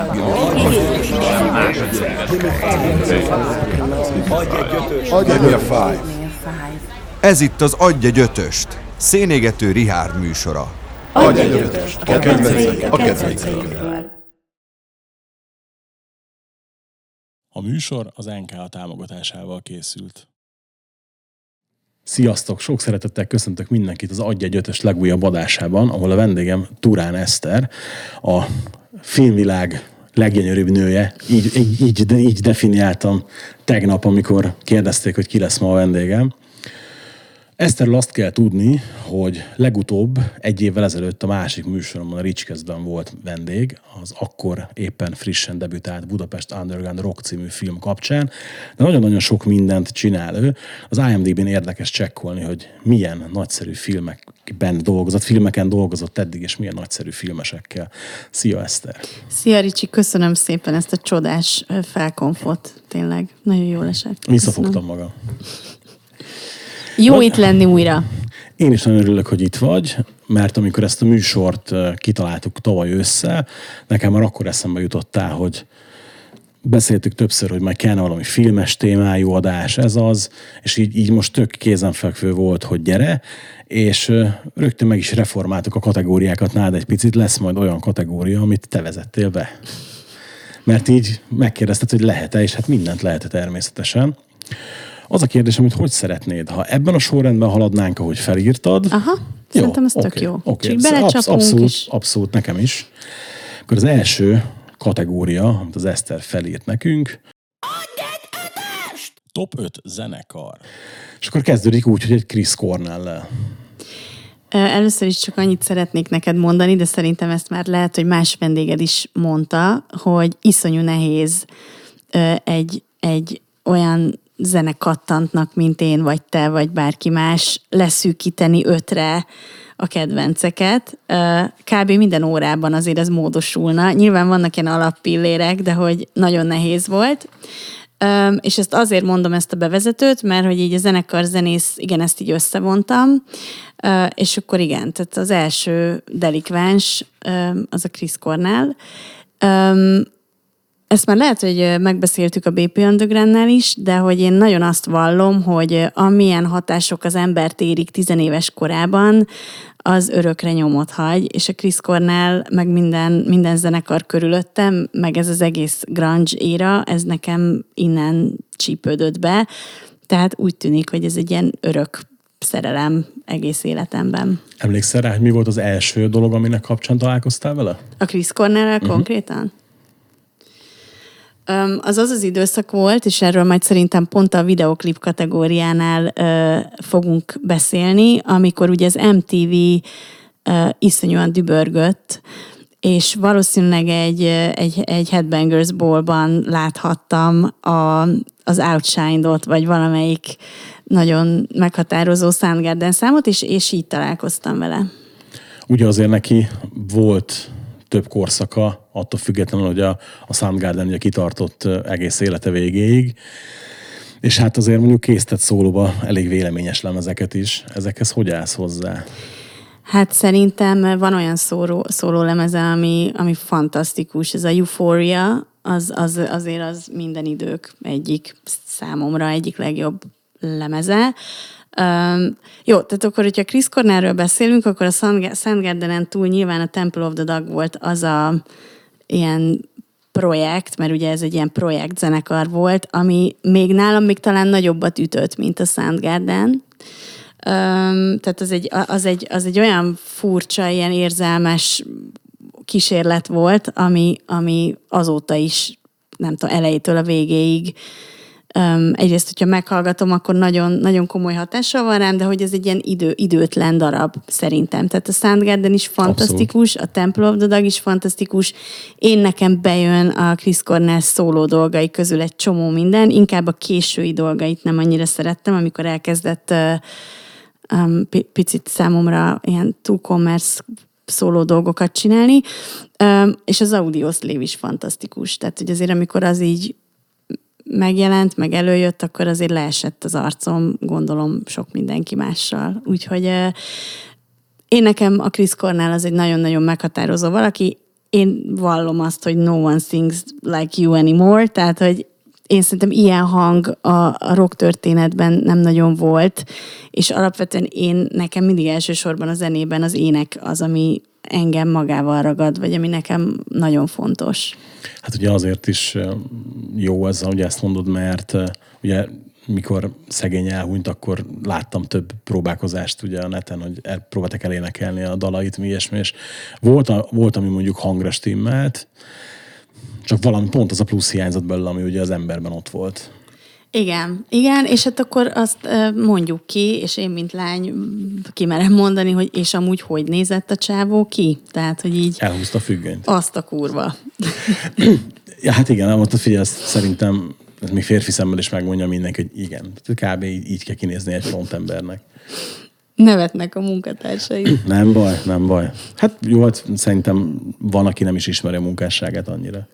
Ez itt az Adj egy ötöst, szénégető Richárd műsora. Adj egy ötöst, a kedvencekről. A műsor az NKA támogatásával készült. Sziasztok! Sok szeretettel köszöntök mindenkit az Adj egy ötös legújabb adásában, ahol a vendégem Turán Eszter, a filmvilág leggyönyörűbb nője. Így definiáltam tegnap, amikor kérdezték, hogy ki lesz ma a vendégem. Eszterről azt kell tudni, hogy legutóbb egy évvel ezelőtt a másik műsoromban, a Ricskeszben volt vendég, az akkor éppen frissen debütált Budapest Underground Rock című film kapcsán, de nagyon-nagyon sok mindent csinál ő. Az IMDb-n érdekes csekkolni, hogy milyen nagyszerű filmeken dolgozott eddig, és milyen nagyszerű filmesekkel. Szia, Eszter! Szia, Ricsi! Köszönöm szépen ezt a csodás felkonfot. Tényleg, nagyon jól esett. Visszafogtam magam. Jó itt lenni újra. Én is nagyon örülök, hogy itt vagy, mert amikor ezt a műsort kitaláltuk tavaly ősszel, nekem már akkor eszembe jutottál, hogy beszéltük többször, hogy majd kellene valami filmes témájú adás, ez az, és így most tök kézenfekvő volt, hogy gyere, és rögtön meg is reformáltuk a kategóriákat nálad egy picit, lesz majd olyan kategória, amit te vezettél be. Mert így megkérdezted, hogy lehet-e, és hát mindent lehet természetesen. Az a kérdés, hogy szeretnéd, ha ebben a sorrendben haladnánk, ahogy felírtad. Aha, szerintem ez tök jó. Okay. Belecsapunk is. Abszolút, nekem is. Akkor az első kategória, amit az Eszter felírt nekünk. Top 5 zenekar. És akkor kezdődik úgy, hogy egy Chris Cornell-lel. Először is csak annyit szeretnék neked mondani, de szerintem ezt már lehet, hogy más vendéged is mondta, hogy iszonyú nehéz egy olyan zenekattantnak, mint én, vagy te, vagy bárki más, leszűkíteni 5-re a kedvenceket. Kb. Minden órában azért ez módosulna. Nyilván vannak ilyen alappillérek, de hogy nagyon nehéz volt. És ezt azért mondom, ezt a bevezetőt, mert hogy így a zenekar zenész, igen, ezt így összevontam, és akkor igen, tehát az első delikváns, az a Chris Cornell. Ezt már lehet, hogy megbeszéltük a BP Undergroundnál is, de hogy én nagyon azt vallom, hogy amilyen hatások az embert érik 10 éves korában, az örökre nyomot hagy, és a Chris Cornell, meg minden zenekar körülöttem, meg ez az egész grunge éra, ez nekem innen csípődött be. Tehát úgy tűnik, hogy ez egy ilyen örök szerelem egész életemben. Emlékszel rá, hogy mi volt az első dolog, aminek kapcsán találkoztál vele? A Chris Cornell-rel konkrétan? Az időszak volt, és erről majd szerintem pont a videoklip kategóriánál fogunk beszélni, amikor ugye az MTV iszonyúan dübörgött, és valószínűleg egy Headbangers Ball-ban láthattam az Outshine-ot, vagy valamelyik nagyon meghatározó Soundgarden számot, és így találkoztam vele. Ugye azért neki volt több korszaka, attól függetlenül, hogy a Soundgarden ugye kitartott egész élete végéig. És hát azért mondjuk készített szólóba elég véleményes lemezeket is. Ezekhez hogy állsz hozzá? Hát szerintem van olyan szóló lemeze, ami fantasztikus. Ez a Euphoria, azért az minden idők számomra egyik legjobb lemeze. Jó, tehát akkor, hogyha Chris Cornellről beszélünk, akkor a Soundgardenen túl nyilván a Temple of the Dog volt az a ilyen projekt, mert ugye ez egy ilyen projektzenekar volt, ami nálam még talán nagyobbat ütött, mint a Soundgarden. Tehát az egy olyan furcsa, ilyen érzelmes kísérlet volt, ami azóta is, nem tudom, elejétől a végéig egyrészt, hogyha meghallgatom, akkor nagyon, nagyon komoly hatással van rám, de hogy ez egy ilyen időtlen darab szerintem. Tehát a Soundgarden is fantasztikus, abszolút. A Temple of the Dog is fantasztikus. Nekem bejön a Chris Cornell szóló dolgai közül egy csomó minden, inkább a késői dolgait nem annyira szerettem, amikor elkezdett picit számomra ilyen túl commerce szóló dolgokat csinálni, és az Audioslave is fantasztikus. Tehát, hogy azért amikor az így megjelent, meg előjött, akkor azért leesett az arcom, gondolom sok mindenki mással. Úgyhogy én nekem a Chris Cornell az egy nagyon-nagyon meghatározó valaki. én vallom azt, hogy no one sings like you anymore, tehát, hogy én szerintem ilyen hang a rock történetben nem nagyon volt, és alapvetően nekem mindig elsősorban a zenében az ének az, ami engem magával ragad, vagy ami nekem nagyon fontos. Hát ugye azért is jó ez, hogy ezt mondod, mert ugye mikor szegény elhunyt, akkor láttam több próbálkozást ugye a neten, hogy próbáltak elénekelni a dalait, mi ilyesmi, és volt, ami mondjuk hangra stimmelt, csak valami pont az a plusz hiányzott belőle, ami ugye az emberben ott volt. Igen, és hát akkor azt mondjuk ki, és én, mint lány, kimerem mondani, hogy és amúgy hogy nézett a csávó ki? Tehát, hogy így... Elhúzta a függönyt. Azt a kurva. Ja, hát igen, most figyelj, szerintem még férfi szemmel is megmondja mindenki, hogy igen. Kb. Így kell kinézni egy frontembernek. Nevetnek a munkatársai. Nem baj. Hát jó, hát szerintem van, aki nem is ismeri a munkásságát annyira.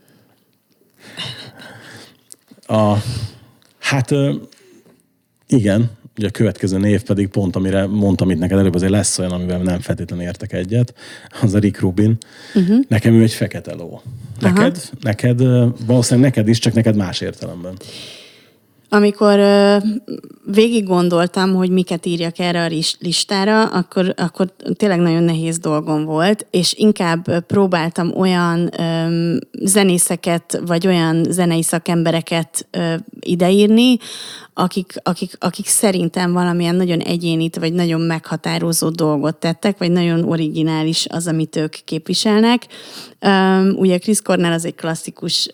Igen, ugye a következő név pedig pont, amire mondtam itt neked előbb, azért lesz olyan, amivel nem feltétlenül értek egyet, az a Rick Rubin. Uh-huh. Nekem ő egy fekete ló. Neked, valószínűleg neked is, csak neked más értelemben. Amikor végig gondoltam, hogy miket írjak erre a listára, akkor tényleg nagyon nehéz dolgom volt, és inkább próbáltam olyan zenészeket, vagy olyan zenei szakembereket ideírni, akik szerintem valamilyen nagyon egyénit, vagy nagyon meghatározó dolgot tettek, vagy nagyon originális az, amit ők képviselnek. Ugye Chris Cornell az egy klasszikus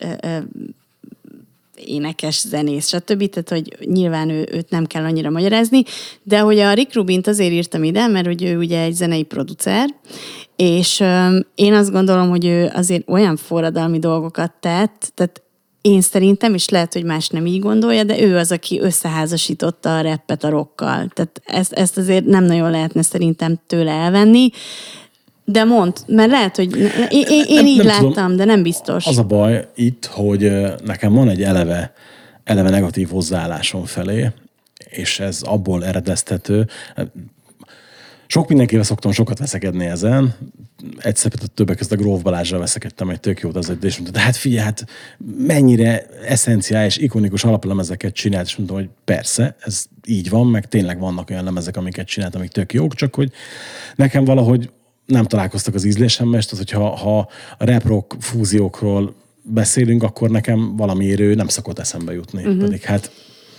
énekes, zenész, stb. Tehát, hogy nyilván őt nem kell annyira magyarázni, de hogy a Rick Rubint azért írtam ide, mert hogy ő ugye egy zenei producer, és én azt gondolom, hogy ő azért olyan forradalmi dolgokat tett, tehát én szerintem, és lehet, hogy más nem így gondolja, de ő az, aki összeházasította a rappet a rockkal. Tehát ezt azért nem nagyon lehetne szerintem tőle elvenni. De mondd, mert lehet, hogy én így nem láttam, tudom, de nem biztos. Az a baj itt, hogy nekem van egy eleve negatív hozzáállásom felé, és ez abból eredeztető. Sok mindenkivel szoktam sokat veszekedni ezen. Egyszer többek között a Gróf Balázsral veszekedtem egy tök jót azért, és mondta, de hát figyelj, hát mennyire eszenciális, ikonikus alaplemezeket csinált, és mondtam, hogy persze, ez így van, meg tényleg vannak olyan lemezek, amiket csinált, amik tök jók, csak hogy nekem valahogy nem találkoztak az ízlésemmel, és az, hogyha a rap-rock fúziókról beszélünk, akkor nekem valamiért ő nem szokott eszembe jutni. Uh-huh. Pedig hát...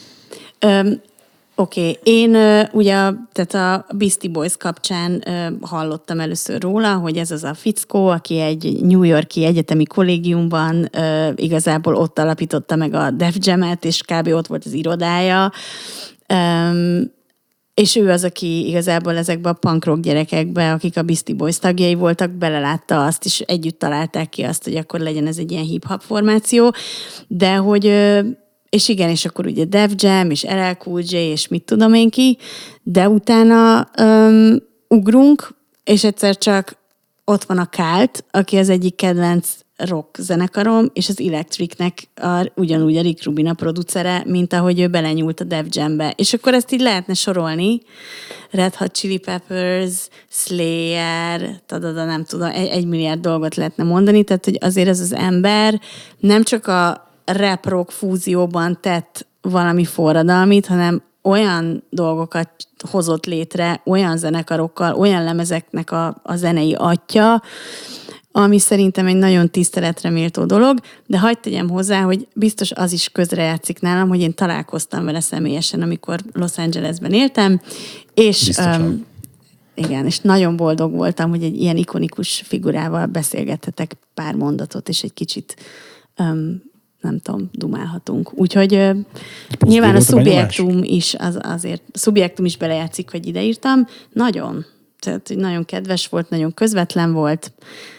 Oké. Én ugye tehát a Beastie Boys kapcsán hallottam először róla, hogy ez az a fickó, aki egy New York-i egyetemi kollégiumban igazából ott alapította meg a Def Jam-et, és kb. Ott volt az irodája. És ő az, aki igazából ezekbe a punk rock gyerekekbe, akik a Beastie Boys tagjai voltak, belelátta azt, és együtt találták ki azt, hogy akkor legyen ez egy ilyen hip-hop formáció. De hogy, és igen, és akkor ugye Def Jam, és LL Cool J, és mit tudom én ki, de utána ugrunk, és egyszer csak ott van a Cult, aki az egyik kedvenc rock zenekarom, és az Electricnek ugyanúgy a Rick Rubin a producere, mint ahogy ő belenyúlt a Def Jambe. És akkor ezt így lehetne sorolni. Red Hot Chili Peppers, Slayer, nem tudom, 1 milliárd dolgot lehetne mondani, tehát hogy azért ez az ember nem csak a rap-rock fúzióban tett valami forradalmit, hanem olyan dolgokat hozott létre, olyan zenekarokkal, olyan lemezeknek a zenei atya, ami szerintem egy nagyon tiszteletre méltó dolog, de hagyd tegyem hozzá, hogy biztos az is közrejátszik nálam, hogy én találkoztam vele személyesen, amikor Los Angelesben éltem, és igen, és nagyon boldog voltam, hogy egy ilyen ikonikus figurával beszélgethetek pár mondatot, és egy kicsit nem tudom, dumálhatunk. Úgyhogy nyilván a szubjektum is azért, a szubjektum is belejátszik, hogy ideírtam. Nagyon. Tehát nagyon kedves volt, nagyon közvetlen volt,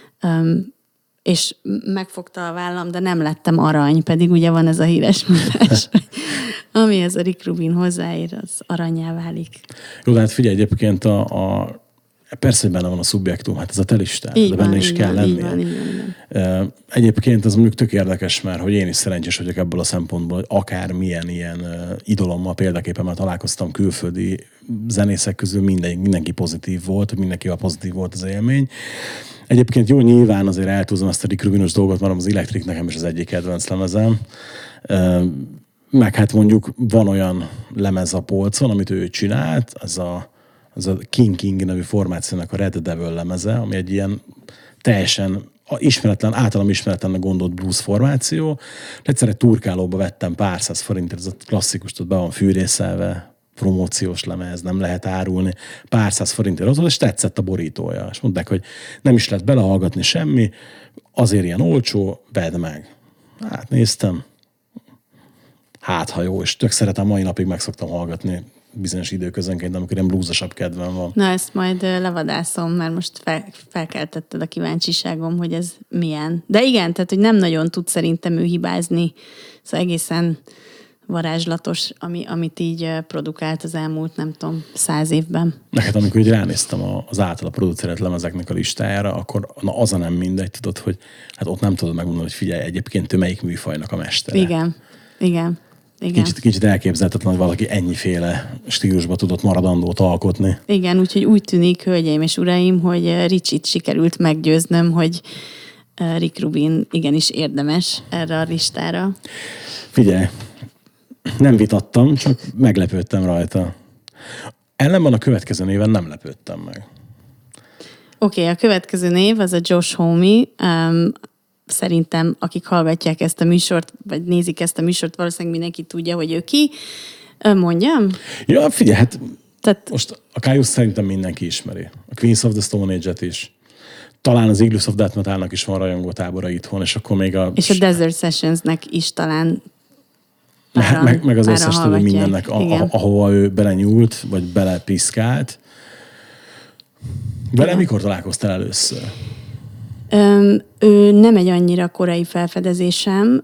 és megfogta a vállam, de nem lettem arany, pedig ugye van ez a híres mondás, ami ez a Rick Rubin hozzáér, az aranyá válik. Jó, de hát figyelj, egyébként persze, hogy benne van a szubjektum, hát ez a te listád, de benne is kell lennie. Így van. Egyébként ez mondjuk tök érdekes, mert hogy én is szerencsés vagyok ebből a szempontból, hogy akár milyen ilyen idolommal, példaképpen találkoztam külföldi zenészek közül, mindenki pozitív volt, mindenkivel pozitív volt az élmény. Egyébként jó, nyilván azért eltúzom ezt a Rick Rubinos dolgot, mert az Electric nekem is az egyik kedvenc lemezem. Meg hát mondjuk van olyan lemez a polcon, amit ő csinált, az a King nevű formációnak a Red Devil lemeze, ami egy ilyen teljesen általam ismeretlennek gondolt blues formáció. Egyszerűen turkálóba vettem pár száz forintért, ez a klasszikus, be van fűrészelve, promóciós lemez, nem lehet árulni, pár száz forintért ott volt, és tetszett a borítója. És mondták, hogy nem is lehet belehallgatni semmi, azért ilyen olcsó, vedd meg. Hát néztem, hát ha jó, és tök szeretem, mai napig meg szoktam hallgatni bizonyos időközönként, amikor ilyen bluesosabb kedvem van. Na, ezt majd levadászom, mert most felkeltetted a kíváncsiságom, hogy ez milyen. De igen, tehát, hogy nem nagyon tud szerintem ő hibázni. Szóval egészen varázslatos, amit így produkált az elmúlt, nem tudom, 100 évben. Neked, amikor így ránéztem az általa producerált lemezeknek a listájára, akkor az a nem mindegy, tudod, hogy hát ott nem tudod megmondani, hogy figyelj, egyébként ő melyik műfajnak a mestere. Igen. Kicsit elképzelhetetlen, hogy valaki ennyiféle stílusba tudott maradandót alkotni. Igen, úgyhogy úgy tűnik, hölgyeim és uraim, hogy Richit sikerült meggyőznöm, hogy Rick Rubin igenis érdemes erre a listára. Figyelj, nem vitattam, csak meglepődtem rajta. Ellenben a következő néven nem lepődtem meg. Oké, a következő név az a Josh Homme. Szerintem, akik hallgatják ezt a műsort, vagy nézik ezt a műsort, valószínűleg mindenki tudja, hogy ő ki. Mondjam? Ja, figyelj, hát tehát... most a Kyuss szerintem mindenki ismeri. A Queens of the Stone Age-et is. Talán az Eagles of Death Metalnak is van rajongótábora itthon, és akkor még És a Desert Sessionsnek is talán meg az összes többi mindennek, ahova ő belenyúlt, vagy belepiszkált. Vele mikor találkoztál először? Ő nem egy annyira korai felfedezésem.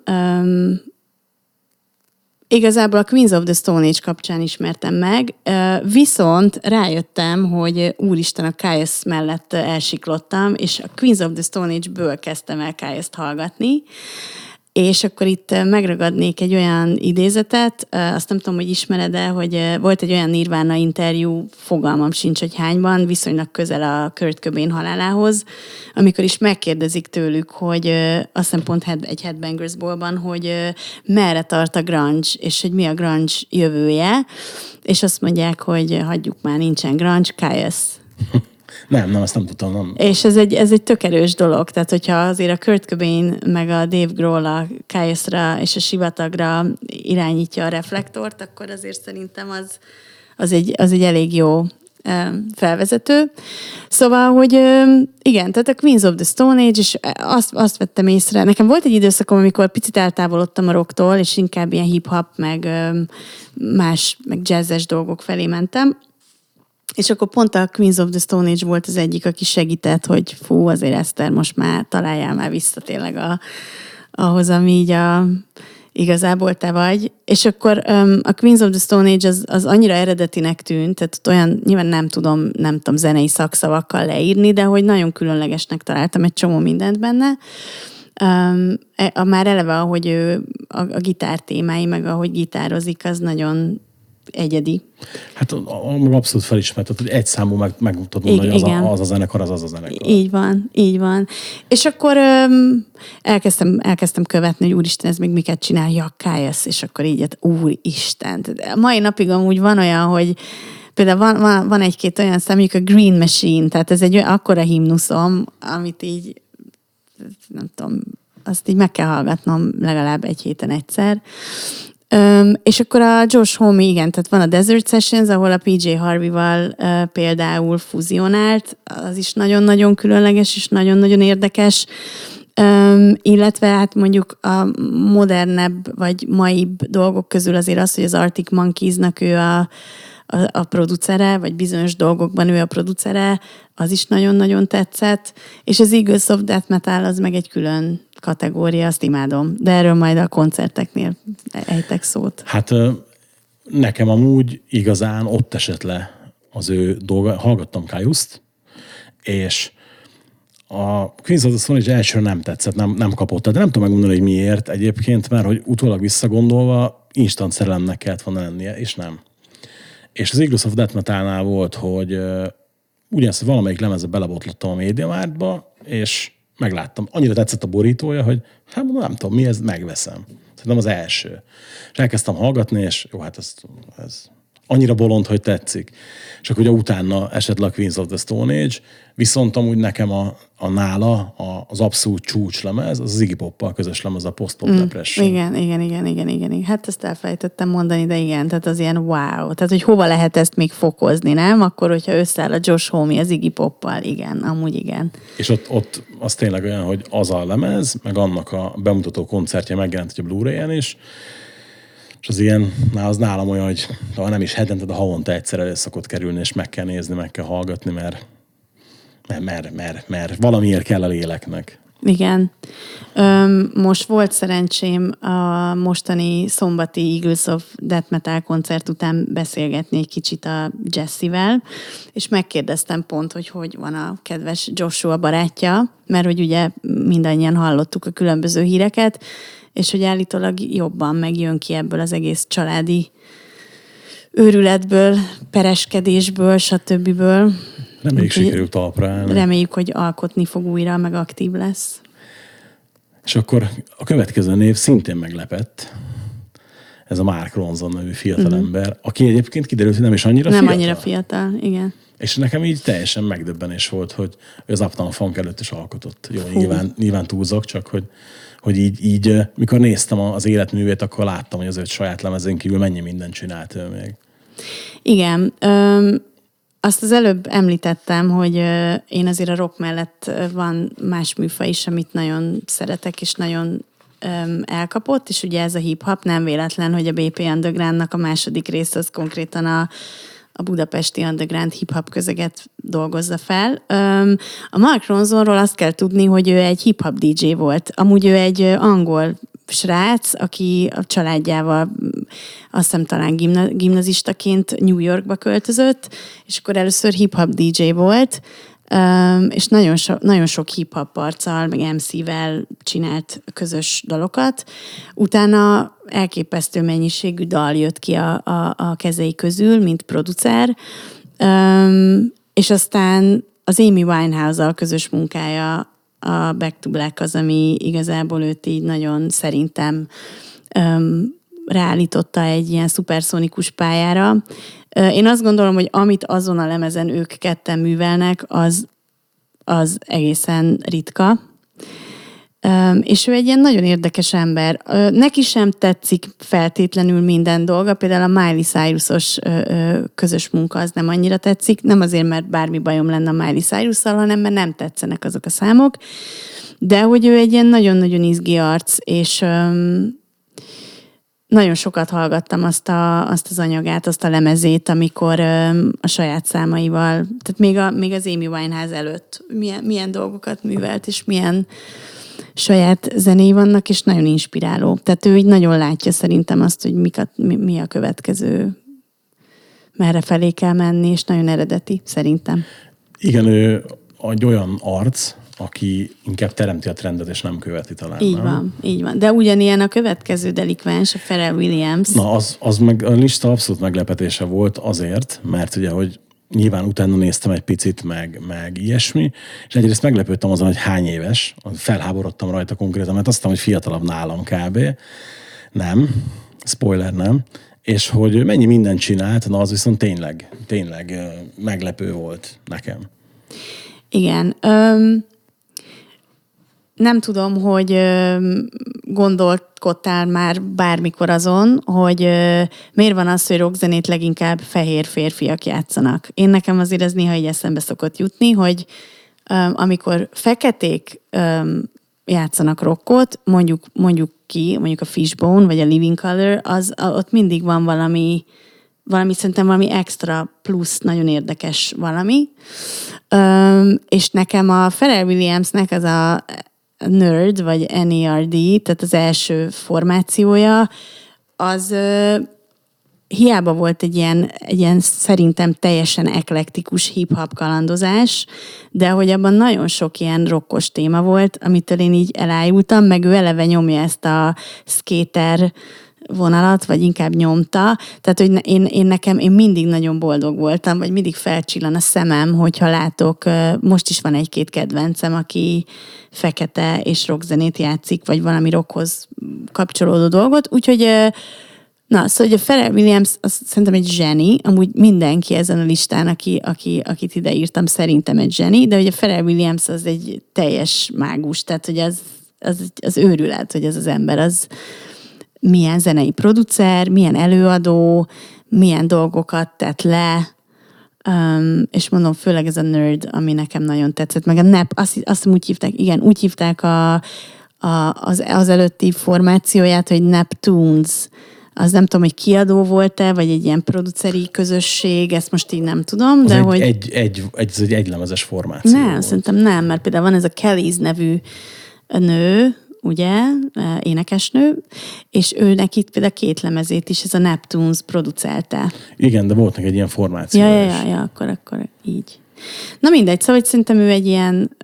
Igazából a Queens of the Stone Age kapcsán ismertem meg, viszont rájöttem, hogy úristen, a Kyuss mellett elsiklottam, és a Queens of the Stone Age-ből kezdtem el Kyusst hallgatni, és akkor itt megragadnék egy olyan idézetet, azt nem tudom, hogy ismered-e, hogy volt egy olyan Nirvana interjú, fogalmam sincs, hogy hányban, viszonylag közel a Kurt Cobain halálához, amikor is megkérdezik tőlük, hogy azt hiszem pont egy Headbangers Ballban, hogy merre tart a grunge, és hogy mi a grunge jövője, és azt mondják, hogy hagyjuk már, nincsen grunge, Kyuss. Nem, ezt nem tudtam. Nem. És ez egy tök erős dolog. Tehát, hogyha azért a Kurt Cobain meg a Dave Grohl a Kyussra és a sivatagra irányítja a reflektort, akkor azért szerintem az egy elég jó felvezető. Szóval, hogy igen, tehát a Queens of the Stone Age, és azt vettem észre. Nekem volt egy időszakom, amikor picit eltávolodtam a rocktól, és inkább ilyen hip-hop, meg más, meg jazzes dolgok felé mentem. És akkor pont a Queens of the Stone Age volt az egyik, aki segített, hogy fú, azért Eszter, most már találjál már vissza tényleg ahhoz, ami így igazából te vagy. És akkor a Queens of the Stone Age az annyira eredetinek tűnt, tehát olyan, nyilván nem tudom zenei szakszavakkal leírni, de hogy nagyon különlegesnek találtam egy csomó mindent benne. Már eleve, ahogy ő a gitár témái, meg ahogy gitározik, az nagyon egyedi. Hát abszolút felismerted, hogy egy számú meg tudod mondani, hogy az a zenekar, az a zenekar. Így van. És akkor elkezdtem követni, hogy úristen, ez még miket csinálja, Kyuss, és akkor így, úristen. A mai napig amúgy van olyan, hogy például van egy-két olyan szám, mondjuk a Green Machine, tehát ez egy akkora himnuszom, amit így, nem tudom, azt így meg kell hallgatnom legalább egy héten egyszer. És akkor a Josh Homme, igen, tehát van a Desert Sessions, ahol a PJ Harvey-val például fuzionált, az is nagyon-nagyon különleges és nagyon-nagyon érdekes, illetve hát mondjuk a modernebb vagy maibb dolgok közül azért az, hogy az Arctic Monkeysnak ő a producere, vagy bizonyos dolgokban ő a producere, az is nagyon-nagyon tetszett, és az Eagles of Death Metal az meg egy külön kategória, azt imádom. De erről majd a koncerteknél ejtek szót. Hát nekem amúgy igazán ott esett le az ő dolga. Hallgattam Kyusst, és a Queens of the Stone Age elsőre nem tetszett, nem kapott. De nem tudom megmondani, hogy miért egyébként, mert hogy utólag visszagondolva instant szerelemnek kellett volna lennie, és nem. És az Eagles of Death Metalnál volt, hogy ugyanezt valamelyik lemezbe belebotlottam a MediaMarktba, és megláttam. Annyira tetszett a borítója, hogy hát nem tudom, mi ez, megveszem. Szerintem az első. És elkezdtem hallgatni, és jó, hát ez annyira bolond, hogy tetszik. És akkor ugye utána esett le a Queens of the Stone Age, viszont amúgy nekem a nála az abszolút csúcslemez, az Iggy Poppal közös lemez, a Post-Pop Depression. Igen. Hát ezt elfelejtettem mondani, de igen, tehát az ilyen wow. Tehát, hogy hova lehet ezt még fokozni, nem? Akkor, hogyha összeáll a Josh Homme az Iggy Poppal, igen, amúgy igen. És ott az tényleg olyan, hogy az a lemez, meg annak a bemutató koncertje megjelent a Blu-ray-en is, és az ilyen, az nálam olyan, hogy ha nem is hetente, de havonta egyszer elő szokott kerülni, és meg kell nézni, meg kell hallgatni, mert valamiért kell a léleknek. Igen. Most volt szerencsém a mostani szombati Eagles of Death Metal koncert után beszélgetni egy kicsit a Jessivel, és megkérdeztem pont, hogy van a kedves Joshua barátja, mert hogy ugye mindannyian hallottuk a különböző híreket, és hogy állítólag jobban megjön ki ebből az egész családi őrületből, pereskedésből, stb. Reméljük sikerült talpra állni. Reméljük, hogy alkotni fog újra, meg aktív lesz. És akkor a következő név szintén meglepett. Ez a Mark Ronson nevű fiatalember, aki egyébként kiderült, hogy nem is annyira fiatal. Nem annyira fiatal, igen. És nekem így teljesen megdöbbenés volt, hogy az Uptown Funk előtt is alkotott. Jó, nyilván túlzok, csak hogy így mikor néztem az életművét, akkor láttam, hogy az 5 saját lemezén kívül mennyi mindent csinált ő még. Igen. Azt az előbb említettem, hogy én azért a rock mellett van más műfaj is, amit nagyon szeretek, és nagyon elkapott, és ugye ez a hip-hop, nem véletlen, hogy a BP Undergroundnak a második rész az konkrétan a budapesti underground hip-hop közeget dolgozza fel. A Mark Ronsonról azt kell tudni, hogy ő egy hip-hop DJ volt. Amúgy ő egy angol srác, aki a családjával azt hiszem talán gimnazistaként New Yorkba költözött, és akkor először hip-hop DJ volt, és nagyon sok hip-hop arccal, meg MC-vel csinált közös dalokat. Utána elképesztő mennyiségű dal jött ki a kezei közül, mint producer, és aztán az Amy Winehouse-al közös munkája a Back to Black az, ami igazából őt így nagyon szerintem ráállította egy ilyen szuperszonikus pályára. Én azt gondolom, hogy amit azon a lemezen ők ketten művelnek, az egészen ritka. És ő egy ilyen nagyon érdekes ember. Neki sem tetszik feltétlenül minden dolga, például a Miley Cyrus-os közös munka az nem annyira tetszik, nem azért, mert bármi bajom lenne a Miley Cyrus-szal, hanem mert nem tetszenek azok a számok, de hogy ő egy ilyen nagyon-nagyon izgi arc, és nagyon sokat hallgattam azt az anyagát, azt a lemezét, amikor a saját számaival, tehát még az Amy Winehouse előtt milyen dolgokat művelt, és milyen saját zenéi vannak, és nagyon inspiráló. Tehát ő így nagyon látja szerintem azt, hogy mi a következő, merre felé kell menni, és nagyon eredeti, szerintem. Igen, ő egy olyan arc, aki inkább teremti a trendet, és nem követi talán. Így van. De ugyanilyen a következő delikvens, a Pharrell Williams. Na, az meg a lista abszolút meglepetése volt azért, mert ugye, hogy nyilván utána néztem egy picit, meg ilyesmi, és egyrészt meglepődtem azon, hogy hány éves, felháborodtam rajta konkrétan, mert azt hiszem, hogy fiatalabb nálam kb. Nem, spoiler nem, és hogy mennyi mindent csinált, na az viszont tényleg meglepő volt nekem. Igen. Nem tudom, hogy gondolkodtál már bármikor azon, hogy miért van az, hogy rockzenét leginkább fehér férfiak játszanak. Én nekem azért ez néha így eszembe szokott jutni, hogy amikor feketék játszanak rockot, mondjuk a Fishbone, vagy a Living Colour, ott mindig van valami szerintem valami extra plusz, nagyon érdekes valami. És nekem a Pharrell Williamsnek az a Nerd, vagy NERD, tehát az első formációja, az hiába volt egy ilyen szerintem teljesen eklektikus hip-hop kalandozás, de hogy abban nagyon sok ilyen rokkos téma volt, amitől én így elájultam, meg ő eleve nyomja ezt a skater vonalat, vagy inkább nyomta. Tehát, hogy én mindig nagyon boldog voltam, vagy mindig felcsillan a szemem, hogyha látok, most is van egy-két kedvencem, aki fekete és rockzenét játszik, vagy valami rockhoz kapcsolódó dolgot. Úgyhogy na, szóval a Pharrell Williams az szerintem egy zseni, amúgy mindenki ezen a listán, akit ideírtam, szerintem egy zseni, de hogy a Pharrell Williams az egy teljes mágus, tehát hogy az őrület, hogy ez az ember az milyen zenei producer, milyen előadó, milyen dolgokat tett le, és mondom, főleg ez a nerd, ami nekem nagyon tetszett, meg a NEP, azt úgy hívták, igen, úgy hívták az előtti formációját, hogy Neptunes. Az nem tudom, hogy kiadó volt-e, vagy egy ilyen produceri közösség, ezt most így nem tudom, az de egy, hogy... Ez egy egylemezes formáció Nem, volt. szerintem nem, mert például van ez a Kellys nevű nő, ugye, énekesnő, és ő neki például 2 lemezét is ez a Neptunes producelte. Igen, de volt neki egy ilyen formáció. Ja, akkor így. Na mindegy, szóval hogy szerintem ő egy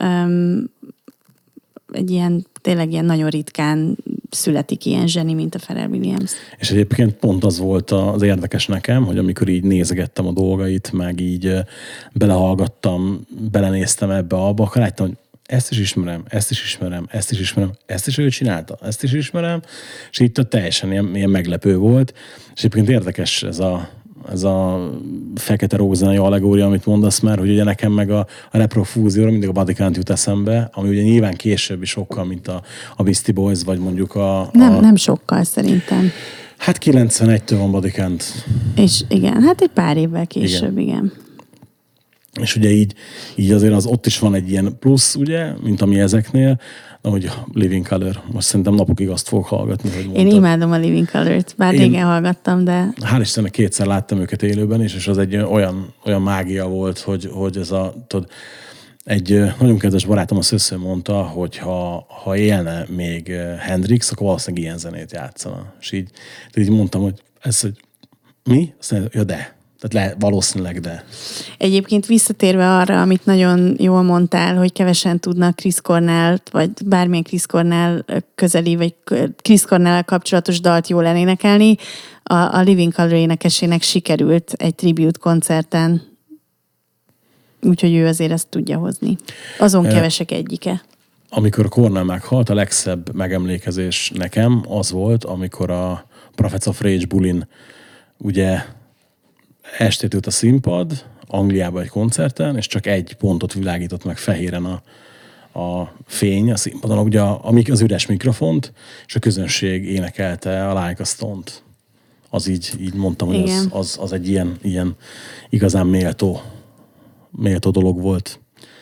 ilyen tényleg ilyen nagyon ritkán születik ilyen zseni, mint a Pharrell Williams. És egyébként pont az volt az érdekes nekem, hogy amikor így nézegettem a dolgait, meg így belehallgattam, belenéztem ebbe-abba, akkor láttam, hogy ezt is ismerem, ezt is ismerem, ezt is ismerem, ezt is ő csinálta, ezt is ismerem, és itt teljesen ilyen meglepő volt. És egyébként érdekes ez a fekete rockzenei allegória, amit mondasz már, hogy ugye nekem meg a reprofúzióra mindig a Body Count jut eszembe, ami ugye nyilván később is sokkal, mint a Beastie Boys, vagy mondjuk Nem sokkal szerintem. Hát 91-től van Body Count. És igen, hát egy pár évvel később, igen. És ugye így azért ott is van egy ilyen plusz, ugye, mint ami ezeknél, hogy Living Colour. Most szerintem napokig azt fogok hallgatni, hogy mondtad. Én imádom a Living Colour-t, bár régen hallgattam, de... Hál' Istennek 2-szer láttam őket élőben is, és az egy olyan mágia volt, hogy ez egy nagyon kedves barátom a Szösző mondta, hogy ha élne még Hendrix, akkor valószínűleg ilyen zenét játszana. És így mondtam, hogy mi? Azt mondja, ja, de. Tehát valószínűleg, de. Egyébként visszatérve arra, amit nagyon jól mondtál, hogy kevesen tudnak Chris Cornell-t, vagy bármilyen Chris Cornell közeli, vagy Chris Cornell-el kapcsolatos dalt jól elénekelni, a Living Colour énekesének sikerült egy tribute koncerten. Úgyhogy ő azért ezt tudja hozni. Azon kevesek egyike. Amikor Cornell meghalt, a legszebb megemlékezés nekem az volt, amikor a Prophets of Rage bulin ugye estét ült a színpad, Angliában egy koncerten, és csak egy pontot világított meg fehéren a fény a színpadon, ugye az üres mikrofont, és a közönség énekelte a Like a Stone-t. Az így mondtam, hogy az egy ilyen igazán méltó dolog volt.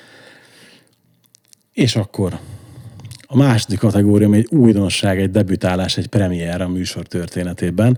És akkor a második kategória, ami egy újdonság, egy debütálás, egy premiér a műsor történetében.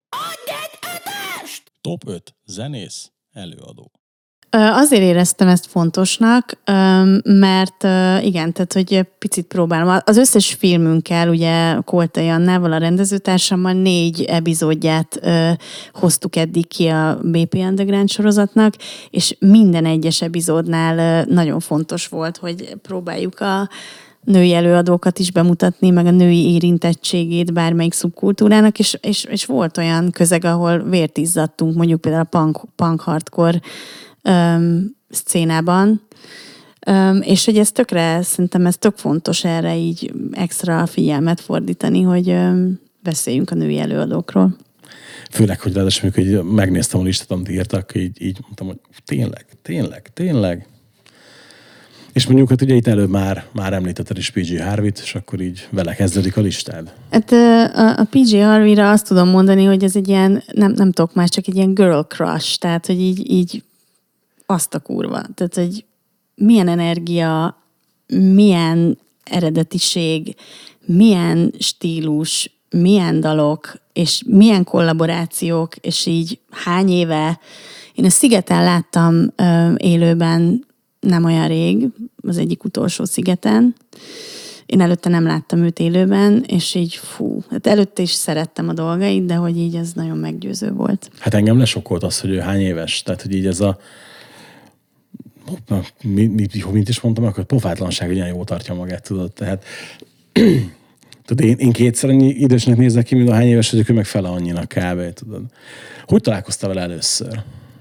Top 5 zenész, előadó. Azért éreztem ezt fontosnak, mert igen, tehát hogy picit próbálom. Az összes filmünkkel, ugye Koltai Annával, a rendezőtársammal 4 epizódját hoztuk eddig ki a BP Underground sorozatnak, és minden egyes epizódnál nagyon fontos volt, hogy próbáljuk a női előadókat is bemutatni, meg a női érintettségét bármelyik szubkultúrának, és volt olyan közeg, ahol vért izzadtunk, mondjuk például a punk hardcore szcénában, és hogy ez szerintem ez tök fontos erre így extra figyelmet fordítani, hogy beszéljünk a női előadókról. Főleg, hogy ráadásul, hogy megnéztem a listát, amit írtak, így mondtam, hogy tényleg. És mondjuk, hogy ugye itt előbb már említetted is PG Harvey-t, és akkor így vele kezdődik a listád. Hát a PG Harvey-ra azt tudom mondani, hogy ez egy ilyen, nem tudok már, csak egy ilyen girl crush, tehát, hogy így azt a kurva. Tehát, hogy milyen energia, milyen eredetiség, milyen stílus, milyen dalok, és milyen kollaborációk, és így hány éve. Én a Szigeten láttam élőben nem olyan rég, az egyik utolsó Szigeten, Én előtte nem láttam őt élőben, és így hát előtte is szerettem a dolgait, de hogy így ez nagyon meggyőző volt. Hát engem lesokkolt az, hogy ő hány éves. Tehát, hogy így ez a mint is mondtam, akkor pofátlanság, hogy ilyen jól tartja magát, tudod. Tehát én kétszer annyi idősnek nézek ki, mint a hány éves vagyok, ő meg fele annyinak kb. Tudod. Hogy találkoztál vele először?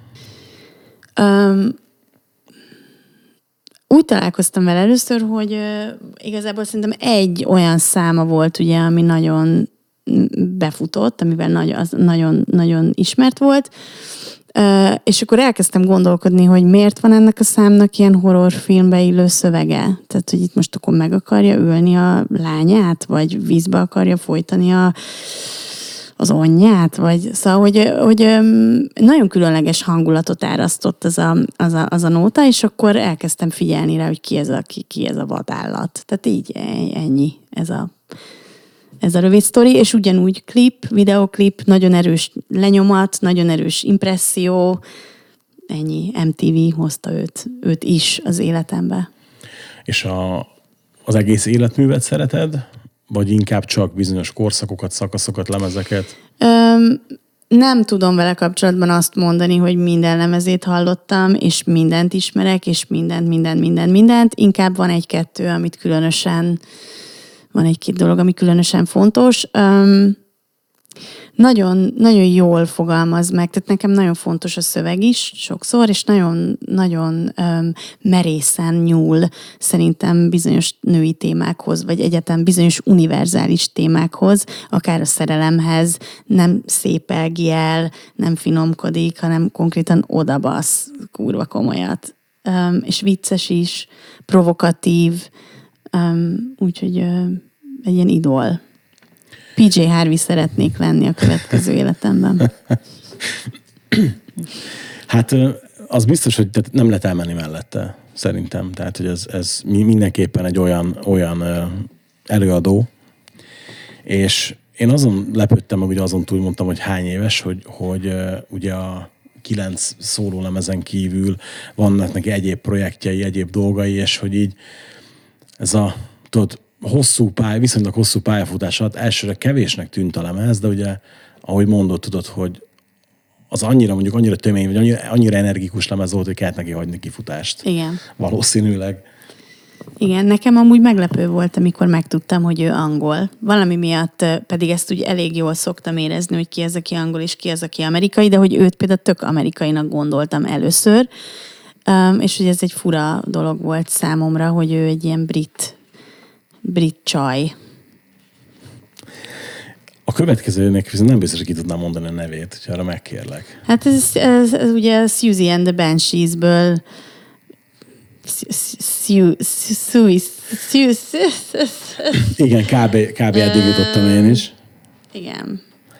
Úgy találkoztam vele először, hogy igazából szerintem egy olyan száma volt, ugye, ami nagyon befutott, amivel nagyon, nagyon ismert volt, és akkor elkezdtem gondolkodni, hogy miért van ennek a számnak ilyen horrorfilmbe illő szövege. Tehát, hogy itt most akkor meg akarja ölni a lányát, vagy vízbe akarja folytani az anyját, vagy szóval, hogy nagyon különleges hangulatot árasztott az a nóta, és akkor elkezdtem figyelni rá, hogy ki ez a vadállat. Tehát így ennyi ez a rövid sztori, és ugyanúgy videoklip, nagyon erős lenyomat, nagyon erős impresszió, ennyi. MTV hozta őt is az életembe. És az egész életművet szereted? Vagy inkább csak bizonyos korszakokat, szakaszokat, lemezeket? Nem tudom vele kapcsolatban azt mondani, hogy minden lemezét hallottam, és mindent ismerek, és mindent. Inkább van egy-kettő, amit különösen van egy-két dolog, ami különösen fontos. Nagyon, nagyon jól fogalmaz meg, tehát nekem nagyon fontos a szöveg is sokszor, és nagyon, nagyon merészen nyúl szerintem bizonyos női témákhoz, vagy egyetem bizonyos univerzális témákhoz, akár a szerelemhez, nem szépelgi el, nem finomkodik, hanem konkrétan odabasz kurva komolyat. És vicces is, provokatív, úgyhogy egy ilyen idol. PJ Harvey szeretnék lenni a következő életemben. Hát az biztos, hogy nem lehet elmenni mellette, szerintem. Tehát, hogy ez mindenképpen egy olyan előadó. És én azon lepődtem meg, ugye azon túl mondtam, hogy hány éves, hogy ugye a 9 szólólemezen kívül vannak neki egyéb projektjei, egyéb dolgai, és hogy így ez viszonylag hosszú pályafutás alatt elsőre kevésnek tűnt a lemez, de ugye, ahogy mondod, tudod, hogy az annyira tömény, vagy annyira energikus lemez volt, hogy kellett neki hagyni kifutást. Igen. Valószínűleg. Igen, nekem amúgy meglepő volt, amikor megtudtam, hogy ő angol. Valami miatt pedig ezt úgy elég jól szoktam érezni, hogy ki az, aki angol, és ki az, aki amerikai, de hogy őt például tök amerikainak gondoltam először, és hogy ez egy fura dolog volt számomra, hogy ő egy ilyen brit csaj. A következőnek viszont nem biztos, hogy ki tudnám mondani a nevét, hogyha arra megkérlek. Hát ez ugye Susie and the Banshees-ből Igen, kb. Eddig jutottam én is. Igen.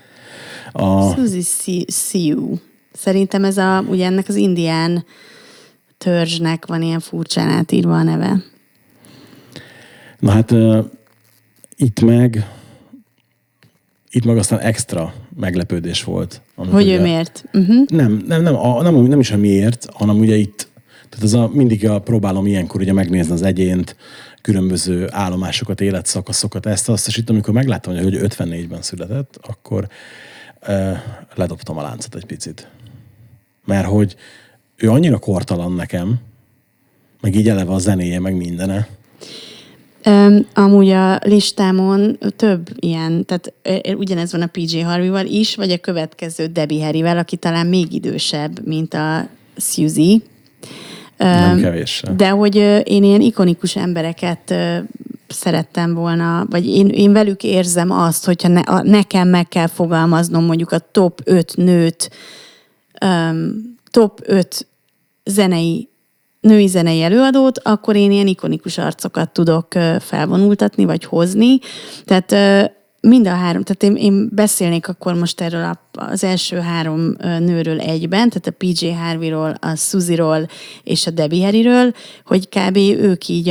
Susie Sioux. Szerintem ez ugye ennek az indián törzsnek van ilyen furcsán átírva a neve. Na hát itt meg aztán extra meglepődés volt. Hogy ő miért? Nem is a miért, hanem ugye itt, tehát mindig próbálom ilyenkor ugye megnézni az egyént, különböző állomásokat, életszakaszokat, azt, és itt amikor megláttam, hogy 54-ben született, akkor ledobtam a láncot egy picit. Mert hogy ő annyira kortalan nekem, meg így eleve a zenéje, meg mindene. Amúgy a listámon több ilyen, tehát ugyanez van a PJ Harvey-val is, vagy a következő Debbie Harry-vel, aki talán még idősebb, mint a Susie. Nem kevéssel. De hogy én ilyen ikonikus embereket szerettem volna, vagy én velük érzem azt, hogyha nekem meg kell fogalmaznom mondjuk a top 5 nőt, top 5 női zenei előadót, akkor én ilyen ikonikus arcokat tudok felvonultatni, vagy hozni. Tehát mind a három, tehát én beszélnék akkor most erről az első 3 nőről egyben, tehát a PJ Harvey-ról, a Susie-ról és a Debbie Harry-ről, hogy kb. Ők így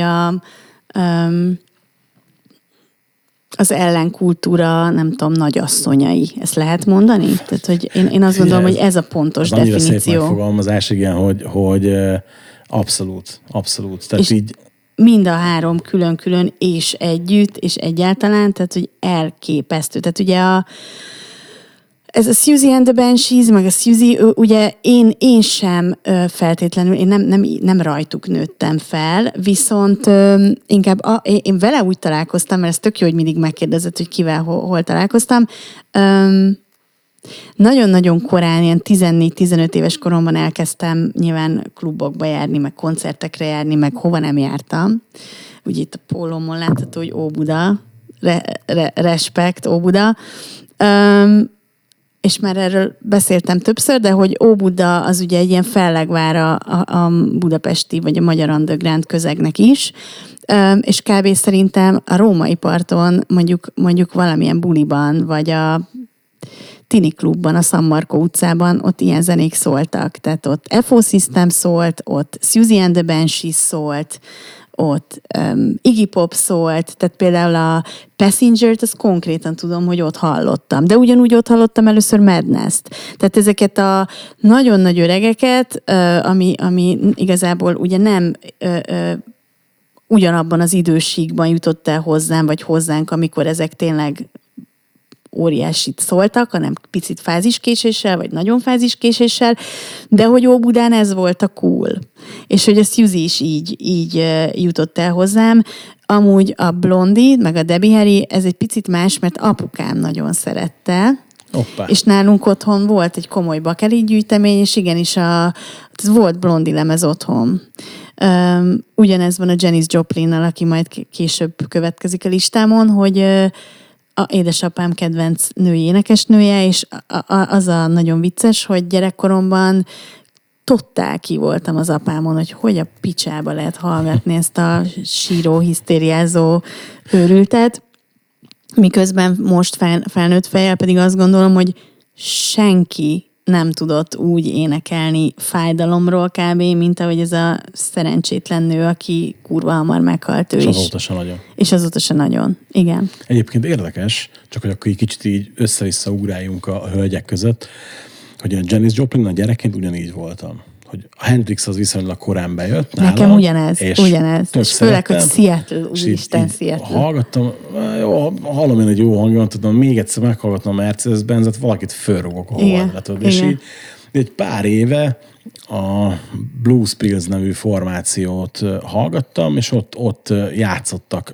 az ellenkultúra, nem tudom, nagyasszonyai. Ezt lehet mondani? Tehát, hogy én azt gondolom, hogy ez a pontos definíció. Annyira szép megfogalmazás, igen, hogy abszolút. Tehát és, így... mind a három külön-külön és együtt, és egyáltalán, tehát hogy elképesztő. Tehát ugye ez a Siouxsie and the Banshees, meg a Siouxsie, ugye én sem feltétlenül, én nem rajtuk nőttem fel, viszont inkább én vele úgy találkoztam, mert ez tök jó, hogy mindig megkérdezett, hogy kivel hol találkoztam. Nagyon-nagyon korán, ilyen 14-15 éves koromban elkezdtem nyilván klubokba járni, meg koncertekre járni, meg hova nem jártam. Ugye itt a pólómon látható, hogy Óbuda, respekt, Óbuda. És már erről beszéltem többször, de hogy Óbuda az ugye egy ilyen fellegvára a budapesti vagy a magyar underground közegnek is, és kb. Szerintem a Római parton mondjuk valamilyen buliban, vagy a Tini klubban, a San Marco utcában, ott ilyen zenék szóltak. Tehát ott FO System szólt, ott Siouxsie and the Banshees szólt, ott Iggy Pop szólt, tehát például a Passenger-t, azt konkrétan tudom, hogy ott hallottam. De ugyanúgy ott hallottam először Madness-t. Tehát ezeket a nagyon nagy öregeket, ami igazából ugye nem ugyanabban az időségben jutott el hozzám, vagy hozzánk, amikor ezek tényleg óriásit szóltak, hanem picit fáziskéséssel, vagy nagyon fáziskéséssel, de hogy Óbudán ez volt a cool. És hogy a Siouxsie is így jutott el hozzám. Amúgy a Blondie, meg a Debbie Harry, ez egy picit más, mert apukám nagyon szerette. Hoppá. És nálunk otthon volt egy komoly bakeli gyűjtemény, és igenis volt Blondie lemez otthon. Ugyanez van a Janis Joplinnal, aki majd később következik a listámon, hogy a édesapám kedvenc női énekesnője, és az a nagyon vicces, hogy gyerekkoromban totál ki voltam az apámon, hogy a picsába lehet hallgatni ezt a síró, hisztériázó őrültet, miközben most felnőtt fejjel pedig azt gondolom, hogy senki nem tudott úgy énekelni fájdalomról kb., mint ahogy ez a szerencsétlen nő, aki kurva hamar meghalt ő is. És azóta se nagyon. És azóta se nagyon, igen. Egyébként érdekes, csak hogy akkor egy kicsit így össze-vissza ugráljunk a hölgyek között, hogy a Janis Joplin a gyerekként ugyanígy voltam. Hogy a Hendrix az viszonylag korán bejött nálam. Nekem ugyanez. És főleg, hogy Seattle, úristen, Seattle. Hallgattam, jó, hallom én egy jó hangon, tudom, még egyszer meghallgatnom a Mercedes-Benzet, valakit fölrugok a holdatod. És így egy pár éve a Blues Pills nevű formációt hallgattam, és ott játszottak.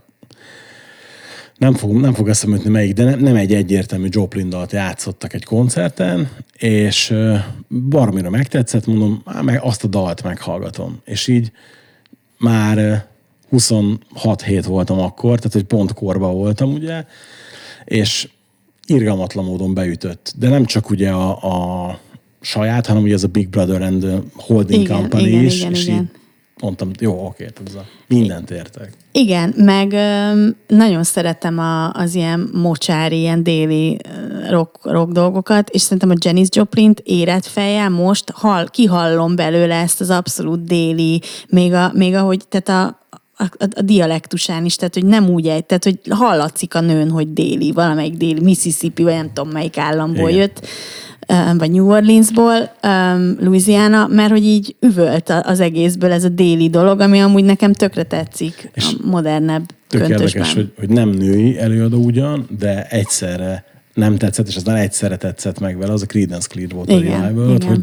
Nem fog eszembe jutni melyik, de nem egy egyértelmű Joplin dalt játszottak egy koncerten, és baromira megtetszett, mondom, meg azt a dalt meghallgatom. És így már 26 hét voltam akkor, tehát hogy pont korban voltam, ugye, és irgalmatlan módon beütött. De nem csak ugye a saját, hanem ugye ez a Big Brother and the Holding Company is, és így mondtam, jó, oké, mindent értek. Igen, meg nagyon szeretem az ilyen mocsári, ilyen déli rock dolgokat, és szerintem a Janis Joplint érett fejjel most kihallom belőle ezt az abszolút déli, még ahogy, tehát a dialektusán is, tehát hogy nem úgy tehát hogy hallatszik a nőn, hogy déli, valamelyik déli, Mississippi, vagy nem tudom melyik államból jött, vagy New Orleansból, Louisiana, mert hogy így üvölt az egészből ez a déli dolog, ami amúgy nekem tökre tetszik és a modernebb köntösben. Tök érdekes, hogy nem női előadó ugyan, de egyszerre nem tetszett, és aztán egyszerre tetszett meg vele, az a Creedence Clearwater Revival, hogy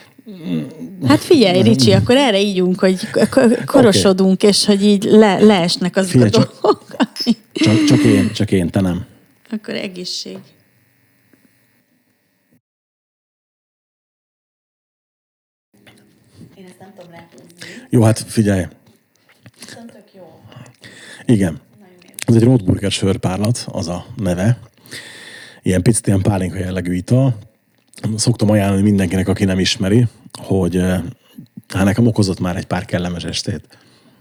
hát figyelj, Ricsi, akkor erre ígyunk, hogy korosodunk, és hogy így leesnek azok a dolgok. Csak én, te nem. Akkor egészség. Én ezt nem tudom lehúzni. Jó, hát figyelj. Viszont tök jó. Igen. Ez egy Rothburger sörpárlat, az a neve. Ilyen picit ilyen pálinka jellegű ital. Szoktam ajánlani mindenkinek, aki nem ismeri, hogy nekem okozott már egy pár kellemes estét.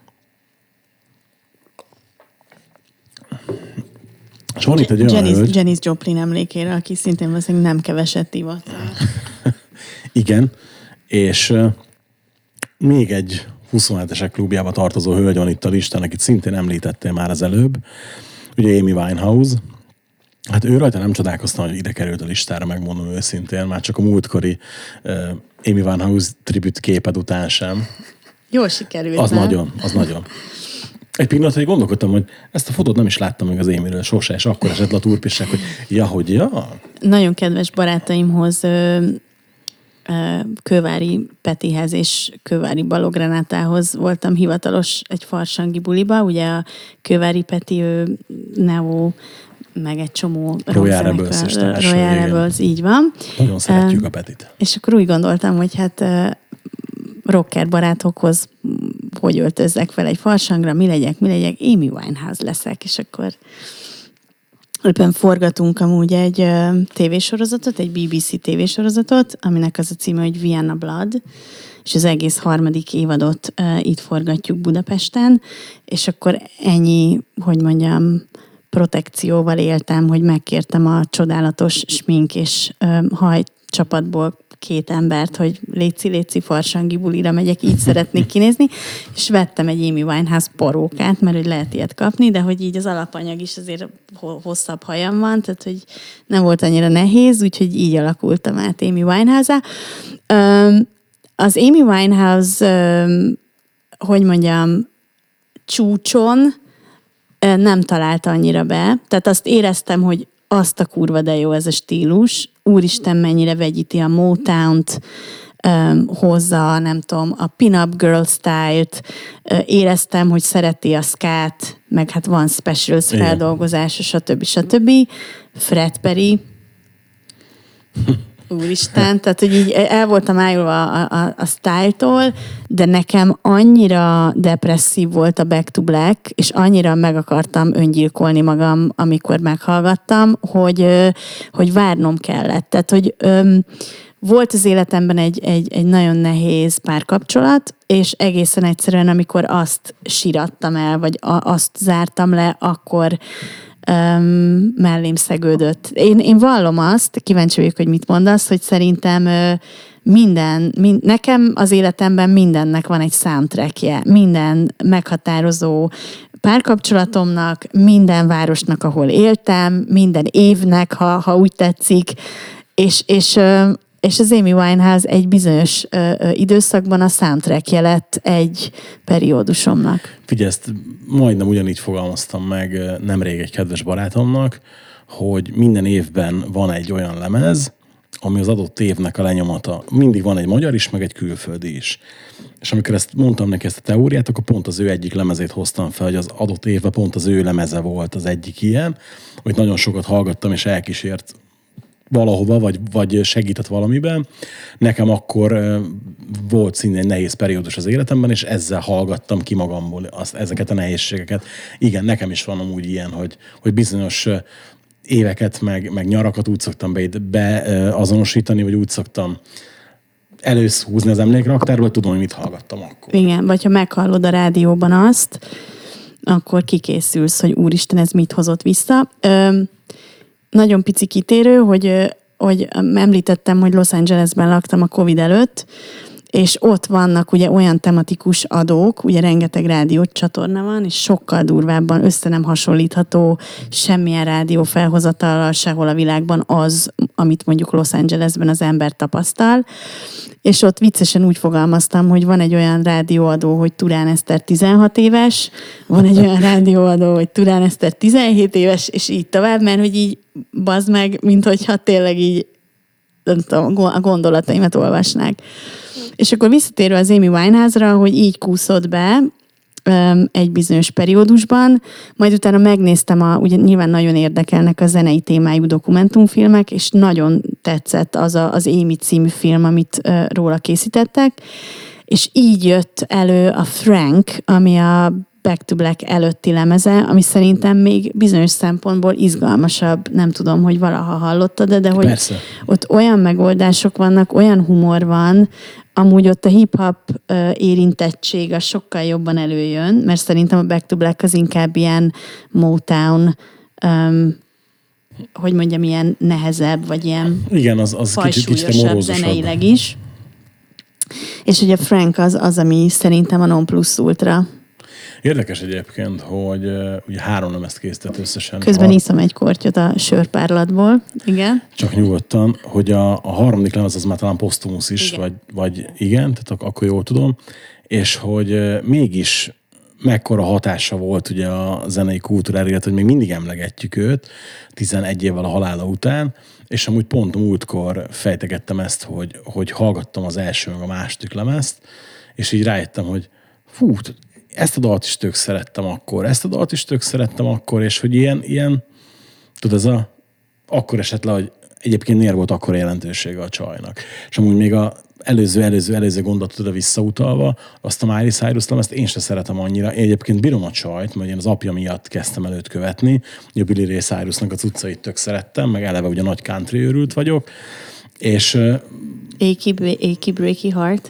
És van itt egy olyan hölgy... Janis Joplin emlékére, aki szintén valószínűleg nem keveset ivott. Igen, és még egy 27-esek klubjába tartozó hölgy van itt a listán, akit szintén említettél már az előbb, ugye Amy Winehouse. Hát ő rajta nem csodálkoztam, hogy ide került a listára, megmondom őszintén, már csak a múltkori Amy Winehouse tribute képed után sem. Jól sikerült. Az nagyon. Egy pillanatra gondolkodtam, hogy ezt a fotót nem is láttam még az Émiről sose, és akkor esett le a turpisság, hogy ja. Nagyon kedves barátaimhoz, Kővári Petihez és Kővári Balog Renátához voltam hivatalos egy farsangi buliba. Ugye a Kővári Peti, ő Neo, meg egy csomó Royal Rebels és társai, Royal Rebels, így van. Nagyon szeretjük a Petit. És akkor úgy gondoltam, hogy hát rocker barátokhoz hogy öltözzek fel egy farsangra, mi legyek, Amy Winehouse leszek, és akkor éppen forgatunk amúgy egy tévésorozatot, egy BBC tévésorozatot, aminek az a címe, hogy Vienna Blood, és az egész 3. évadot itt forgatjuk Budapesten, és akkor ennyi, hogy mondjam, protekcióval éltem, hogy megkértem a csodálatos smink és hajcsapatból 2 embert, hogy léci farsangi bulira megyek, így szeretnék kinézni, és vettem egy Amy Winehouse parókát, mert hogy lehet ilyet kapni, de hogy így az alapanyag is azért hosszabb hajam van, tehát hogy nem volt annyira nehéz, úgyhogy így alakultam át Amy Winehouse-á. Az Amy Winehouse, hogy mondjam, csúcson nem talált annyira be, tehát azt éreztem, hogy azt a kurva de jó ez a stílus, úristen mennyire vegyíti a Motown-t, hozza, nem tudom, a pin-up girl style-t, éreztem, hogy szereti a skát, meg hát van specials feldolgozása, stb. Fred Perry, úristen, tehát hogy így el voltam ájulva a style-tól, de nekem annyira depresszív volt a Back to Black, és annyira meg akartam öngyilkolni magam, amikor meghallgattam, hogy várnom kellett. Tehát, hogy volt az életemben egy nagyon nehéz párkapcsolat, és egészen egyszerűen, amikor azt sírattam el, vagy azt zártam le, akkor mellém szegődött. Én vallom azt, kíváncsi vagyok, hogy mit mondasz, hogy szerintem nekem az életemben mindennek van egy soundtrackje, minden meghatározó párkapcsolatomnak, minden városnak, ahol éltem, minden évnek, ha úgy tetszik, és az Amy Winehouse egy bizonyos időszakban a soundtrackje lett egy periódusomnak. Figyelj, ezt majdnem ugyanígy fogalmaztam meg nemrég egy kedves barátomnak, hogy minden évben van egy olyan lemez, ami az adott évnek a lenyomata. Mindig van egy magyar is, meg egy külföldi is. És amikor ezt mondtam neki, ezt a teóriát, akkor pont az ő egyik lemezét hoztam fel, hogy az adott évben pont az ő lemeze volt az egyik ilyen, amit nagyon sokat hallgattam, és elkísért valahova, vagy segített valamiben. Nekem akkor volt szintén egy nehéz periódus az életemben, és ezzel hallgattam ki magamból ezeket a nehézségeket. Igen, nekem is van amúgy ilyen, hogy bizonyos éveket, meg nyarakat úgy szoktam beazonosítani, vagy úgy szoktam előszúzni az emlékraktárból, hogy tudom, hogy mit hallgattam akkor. Igen, vagy ha meghallod a rádióban azt, akkor kikészülsz, hogy úristen, ez mit hozott vissza. Nagyon pici kitérő, hogy említettem, hogy Los Angelesben laktam a Covid előtt, és ott vannak ugye olyan tematikus adók, ugye rengeteg rádiócsatorna van, és sokkal durvábban össze nem hasonlítható semmilyen rádió felhozatallal sehol a világban az, amit mondjuk Los Angelesben az ember tapasztal. És ott viccesen úgy fogalmaztam, hogy van egy olyan rádióadó, hogy Turán Eszter 16 éves, van egy olyan rádióadó, hogy Turán Eszter 17 éves, és így tovább, mert hogy így bazd meg, mint hogyha tényleg így nem tudom, a gondolataimat olvasnák. És akkor visszatérve az Amy Winehouse-ra, hogy így kúszott be egy bizonyos periódusban, majd utána megnéztem, ugye nyilván nagyon érdekelnek a zenei témájú dokumentumfilmek, és nagyon tetszett az Amy című film, amit róla készítettek, és így jött elő a Frank, ami a Back to Black előtti lemeze, ami szerintem még bizonyos szempontból izgalmasabb, nem tudom, hogy valaha hallottad, de hogy Persze. Ott olyan megoldások vannak, olyan humor van, amúgy ott a hip-hop érintettség az sokkal jobban előjön, mert szerintem a Back to Black az inkább ilyen Motown, hogy mondjam, ilyen nehezebb, vagy ilyen igen, az kicsit morózusabb zeneileg is. És ugye Frank az, ami szerintem a non plus ultra. Érdekes egyébként, hogy ugye 3 lemezt készített összesen. Közben iszom egy kortyot a sörpárlatból. Igen. Csak nyugodtan, hogy a 3. lemez az már talán posztumusz is, igen. Vagy igen, tehát akkor jól tudom. És hogy mégis mekkora hatása volt ugye a zenei kultúrára, illetve hogy még mindig emlegetjük őt 11 évvel a halála után, és amúgy pont múltkor fejtegettem ezt, hogy hallgattam az első meg a második lemezt, és így rájöttem, hogy fú, ezt a dalt is tök szerettem akkor, és hogy ilyen tudod, akkor esett le, hogy egyébként miért volt akkora jelentősége a csajnak. És amúgy még a előző gondolatot oda visszautalva, azt a Miley Cyrus lemezt én sem szeretem annyira. Én egyébként bírom a csajt, mert én az apja miatt kezdtem előtt követni. A Billy Ray Cyrusnak a cuccait tök szerettem, meg eleve ugye nagy country őrült vagyok. És... Achy Breaky Heart.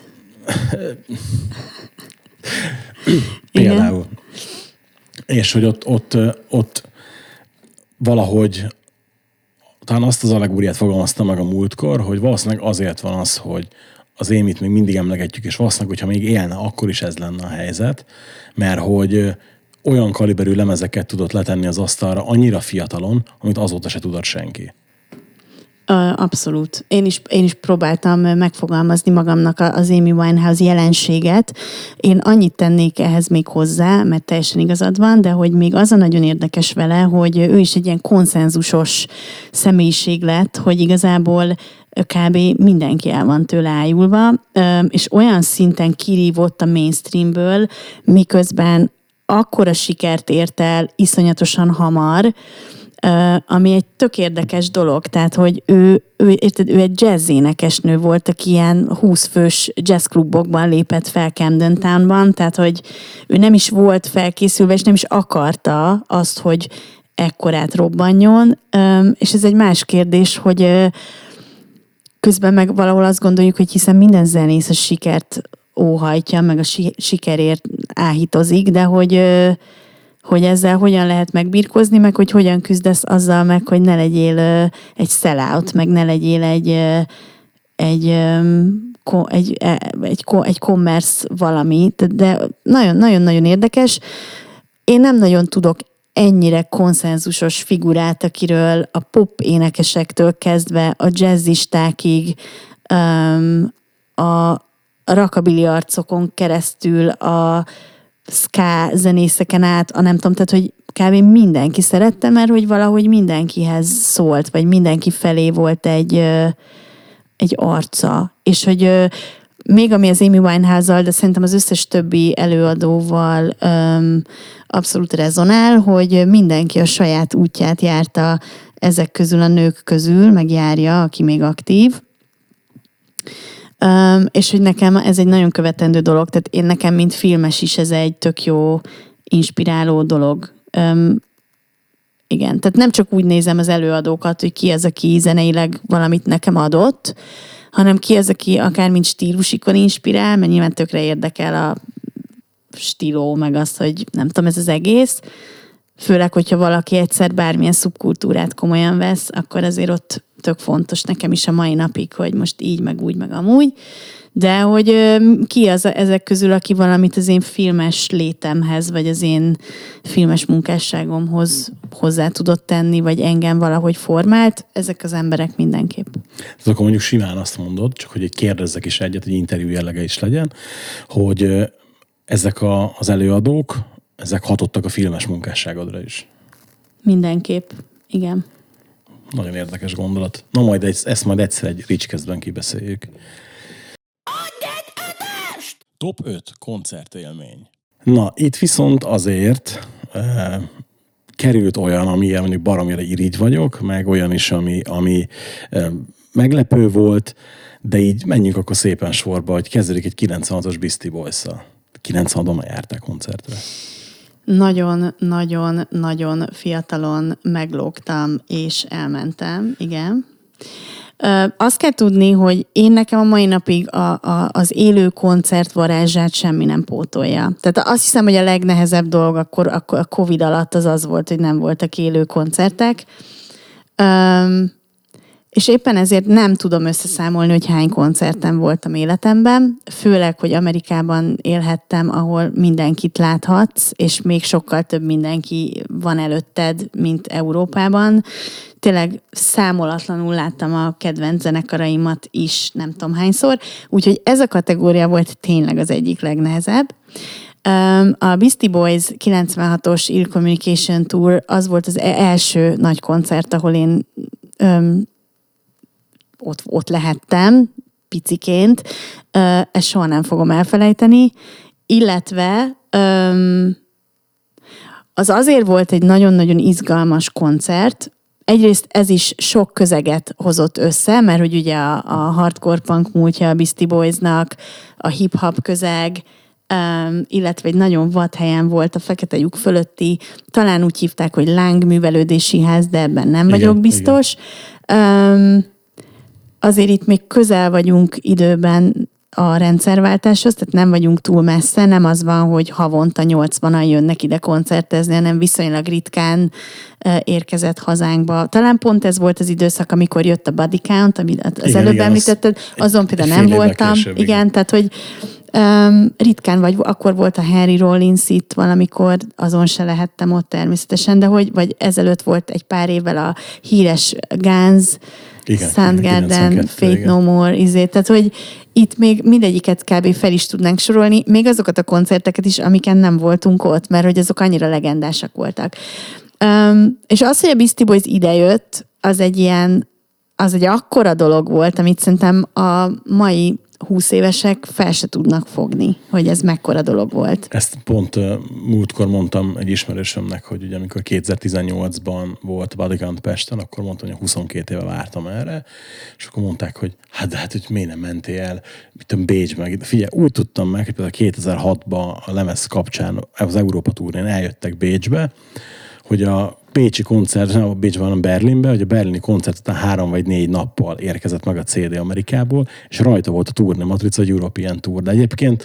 Például. És hogy ott valahogy talán azt az allegóriát fogalmaztam meg a múltkor, hogy valószínűleg azért van az, hogy az Amyt még mindig emlegetjük, és valószínűleg, hogyha még élne, akkor is ez lenne a helyzet, mert hogy olyan kaliberű lemezeket tudott letenni az asztalra annyira fiatalon, amit azóta se tudott senki. Abszolút. Én is próbáltam megfogalmazni magamnak az Amy Winehouse jelenséget. Én annyit tennék ehhez még hozzá, mert teljesen igazad van, de hogy még az a nagyon érdekes vele, hogy ő is egy ilyen konszenzusos személyiség lett, hogy igazából kb. Mindenki el van tőle ájulva, és olyan szinten kirívott a mainstreamből, miközben akkora sikert ért el iszonyatosan hamar, ami egy tök érdekes dolog, tehát, hogy ő egy jazz énekesnő volt, aki ilyen 20 fős jazzklubokban lépett fel Camden Townban, tehát, hogy ő nem is volt felkészülve, és nem is akarta azt, hogy ekkorát robbanjon, és ez egy más kérdés, hogy közben meg valahol azt gondoljuk, hogy hiszen minden zenész a sikert óhajtja, meg a sikerért áhítozik, de hogy ezzel hogyan lehet megbirkózni, meg hogy hogyan küzdesz azzal meg, hogy ne legyél egy sellout, meg ne legyél egy commerce valami. De nagyon-nagyon érdekes. Én nem nagyon tudok ennyire konszenzusos figurát, akiről a pop énekesektől kezdve a jazzistákig, a rockabilly arcokon keresztül, a ska zenészeken át, a nem tudom, tehát, hogy kb. Mindenki szerette, mert hogy valahogy mindenkihez szólt, vagy mindenki felé volt egy arca. És hogy még ami az Amy Winehouse-al, de szerintem az összes többi előadóval abszolút rezonál, hogy mindenki a saját útját járta ezek közül a nők közül, meg járja, aki még aktív. És hogy nekem ez egy nagyon követendő dolog, tehát nekem, mint filmes is ez egy tök jó, inspiráló dolog. Igen, tehát nem csak úgy nézem az előadókat, hogy ki az, aki zeneileg valamit nekem adott, hanem ki az, aki akár mint stílusikon inspirál, mert nyilván tökre érdekel a stíló, meg az, hogy nem tudom, ez az egész. Főleg, hogyha valaki egyszer bármilyen szubkultúrát komolyan vesz, akkor azért ott tök fontos nekem is a mai napig, hogy most így, meg úgy, meg amúgy. De hogy ki az ezek közül, aki valamit az én filmes létemhez, vagy az én filmes munkásságomhoz hozzá tudott tenni, vagy engem valahogy formált, ezek az emberek mindenképp. Tehát akkor mondjuk simán azt mondod, csak hogy kérdezzek is egyet, hogy interjú jellege is legyen, hogy ezek az előadók, ezek hatottak a filmes munkásságodra is. Mindenképp, igen. Nagyon érdekes gondolat. Na majd ezt majd egyszer egy Ricskeszben kibeszéljük. Top 5 koncertélmény. Na, itt viszont azért került olyan, amilyen mondjuk baromira irigy vagyok, meg olyan is, ami meglepő volt, de így menjünk akkor szépen sorba, hogy kezdődik egy 96-os Beastie Boys-szal. 96-ban járták koncertre. Nagyon fiatalon meglógtam, és elmentem, igen. Azt kell tudni, hogy nekem a mai napig az élő koncert varázsát semmi nem pótolja. Tehát azt hiszem, hogy a legnehezebb dolog akkor a Covid alatt az volt, hogy nem voltak élő koncertek. És éppen ezért nem tudom összeszámolni, hogy hány koncerten voltam életemben, főleg, hogy Amerikában élhettem, ahol mindenkit láthatsz, és még sokkal több mindenki van előtted, mint Európában. Tényleg számolatlanul láttam a kedvenc zenekaraimat is, nem tudom hányszor, úgyhogy ez a kategória volt tényleg az egyik legnehezebb. A Beastie Boys 96-os Ill Communication Tour az volt az első nagy koncert, ahol én ott lehettem, piciként. Ezt soha nem fogom elfelejteni. Illetve az azért volt egy nagyon-nagyon izgalmas koncert. Egyrészt ez is sok közeget hozott össze, mert hogy ugye a hardcore punk múltja a Beastie Boysnak, a hip-hop közeg, illetve egy nagyon vad helyen volt a Fekete lyuk fölötti, talán úgy hívták, hogy lángművelődési ház, de ebben nem vagyok biztos. Azért itt még közel vagyunk időben a rendszerváltáshoz, tehát nem vagyunk túl messze, nem az van, hogy havonta 80-an jönnek ide koncertezni, hanem viszonylag ritkán érkezett hazánkba. Talán pont ez volt az időszak, amikor jött a Body Count, amit az előbb említetted, azon például nem voltam. Később, igen, tehát hogy ritkán, vagy akkor volt a Henry Rollins itt valamikor, azon se lehettem ott természetesen, de vagy ezelőtt volt egy pár évvel a híres Guns, Soundgarden, Faith No More, tehát hogy itt még mindegyiket kb. Fel is tudnánk sorolni, még azokat a koncerteket is, amiken nem voltunk ott, mert hogy azok annyira legendásak voltak. És az, hogy a Beastie Boys idejött, az egy akkora dolog volt, amit szerintem a mai 20 évesek fel se tudnak fogni, hogy ez mekkora dolog volt. Ezt pont múltkor mondtam egy ismerősömnek, hogy ugye amikor 2018-ban volt Body Count Pesten, akkor mondtam, hogy 22 éve vártam erre, és akkor mondták, hogy hogy miért nem mentél el, mit tudom, Bécsbe, meg. Figyelj, úgy tudtam meg, hogy például 2006-ban a lemez kapcsán az Európa túrén eljöttek Bécsbe, hogy a bécsi koncert, nem a Bécsben, hanem Berlinbe, hogy a berlini koncert után 3 vagy 4 nappal érkezett meg a CD Amerikából, és rajta volt a turné matrica, a European Tour. De egyébként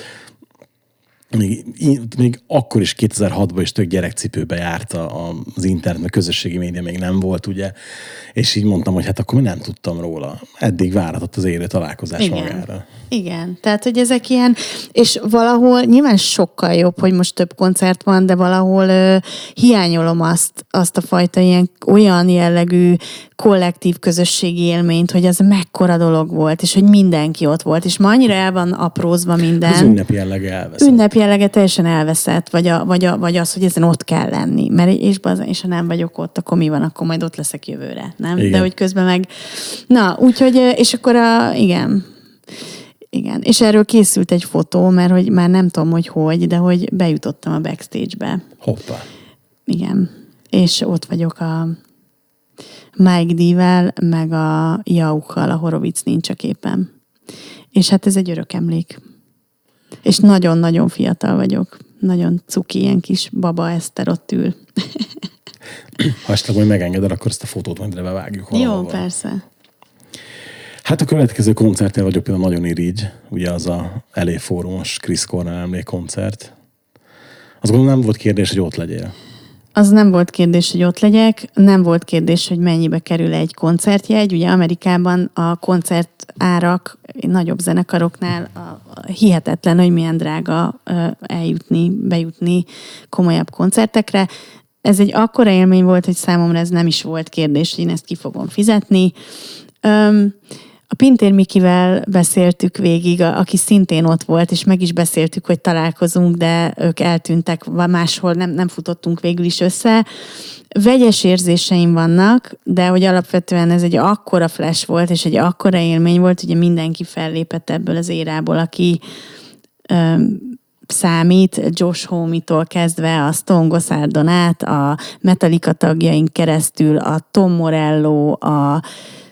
még akkor is 2006-ban is tök gyerekcipőbe járt az internet, a közösségi média még nem volt, ugye, és így mondtam, hogy hát akkor mi nem tudtam róla. Eddig várhatott az élő találkozás magára. Igen, tehát, hogy ezek ilyen, és valahol nyilván sokkal jobb, hogy most több koncert van, de valahol hiányolom azt a fajta ilyen olyan jellegű kollektív közösségi élményt, hogy ez mekkora dolog volt, és hogy mindenki ott volt, és ma annyira el van aprózva minden. Az ünnepi jellege elveszett. Ünnepi jellege teljesen elveszett, vagy az, hogy ezen ott kell lenni. Mert és ha nem vagyok ott, akkor mi van, akkor majd ott leszek jövőre, nem? Igen. De hogy közben meg... Na, úgyhogy, és akkor igen. Igen, és erről készült egy fotó, mert hogy már nem tudom, hogy, de hogy bejutottam a backstage-be. Hoppá. Igen, és ott vagyok a Mike D-vel, meg a Jaukkal, a Horowitz nincs a képen. És hát ez egy örök emlék. És nagyon-nagyon fiatal vagyok. Nagyon cuki, ilyen kis baba Eszter ott ül. Ha esetleg majd megengeded, akkor ezt a fotót majd bevágjuk valahol. Jó, persze. Hát a következő koncertnél vagyok például nagyon irigy, ugye az a LA Fórumos Chris Cornell emlékkoncert. Azt gondolom nem volt kérdés, hogy ott legyél. Az nem volt kérdés, hogy ott legyek, nem volt kérdés, hogy mennyibe kerül egy koncertjegy. Ugye Amerikában a koncert árak nagyobb zenekaroknál hihetetlen, hogy milyen drága bejutni komolyabb koncertekre. Ez egy akkora élmény volt, hogy számomra ez nem is volt kérdés, hogy én ezt ki fogom fizetni. A Pintér Mikivel beszéltük végig, aki szintén ott volt, és meg is beszéltük, hogy találkozunk, de ők eltűntek máshol, nem futottunk végül is össze. Vegyes érzéseim vannak, de hogy alapvetően ez egy akkora flash volt, és egy akkora élmény volt, ugye mindenki fellépett ebből az érából, aki számít, Josh Homme-tól kezdve a Stone Gossardon át, a Metallica tagjain keresztül, a Tom Morello, a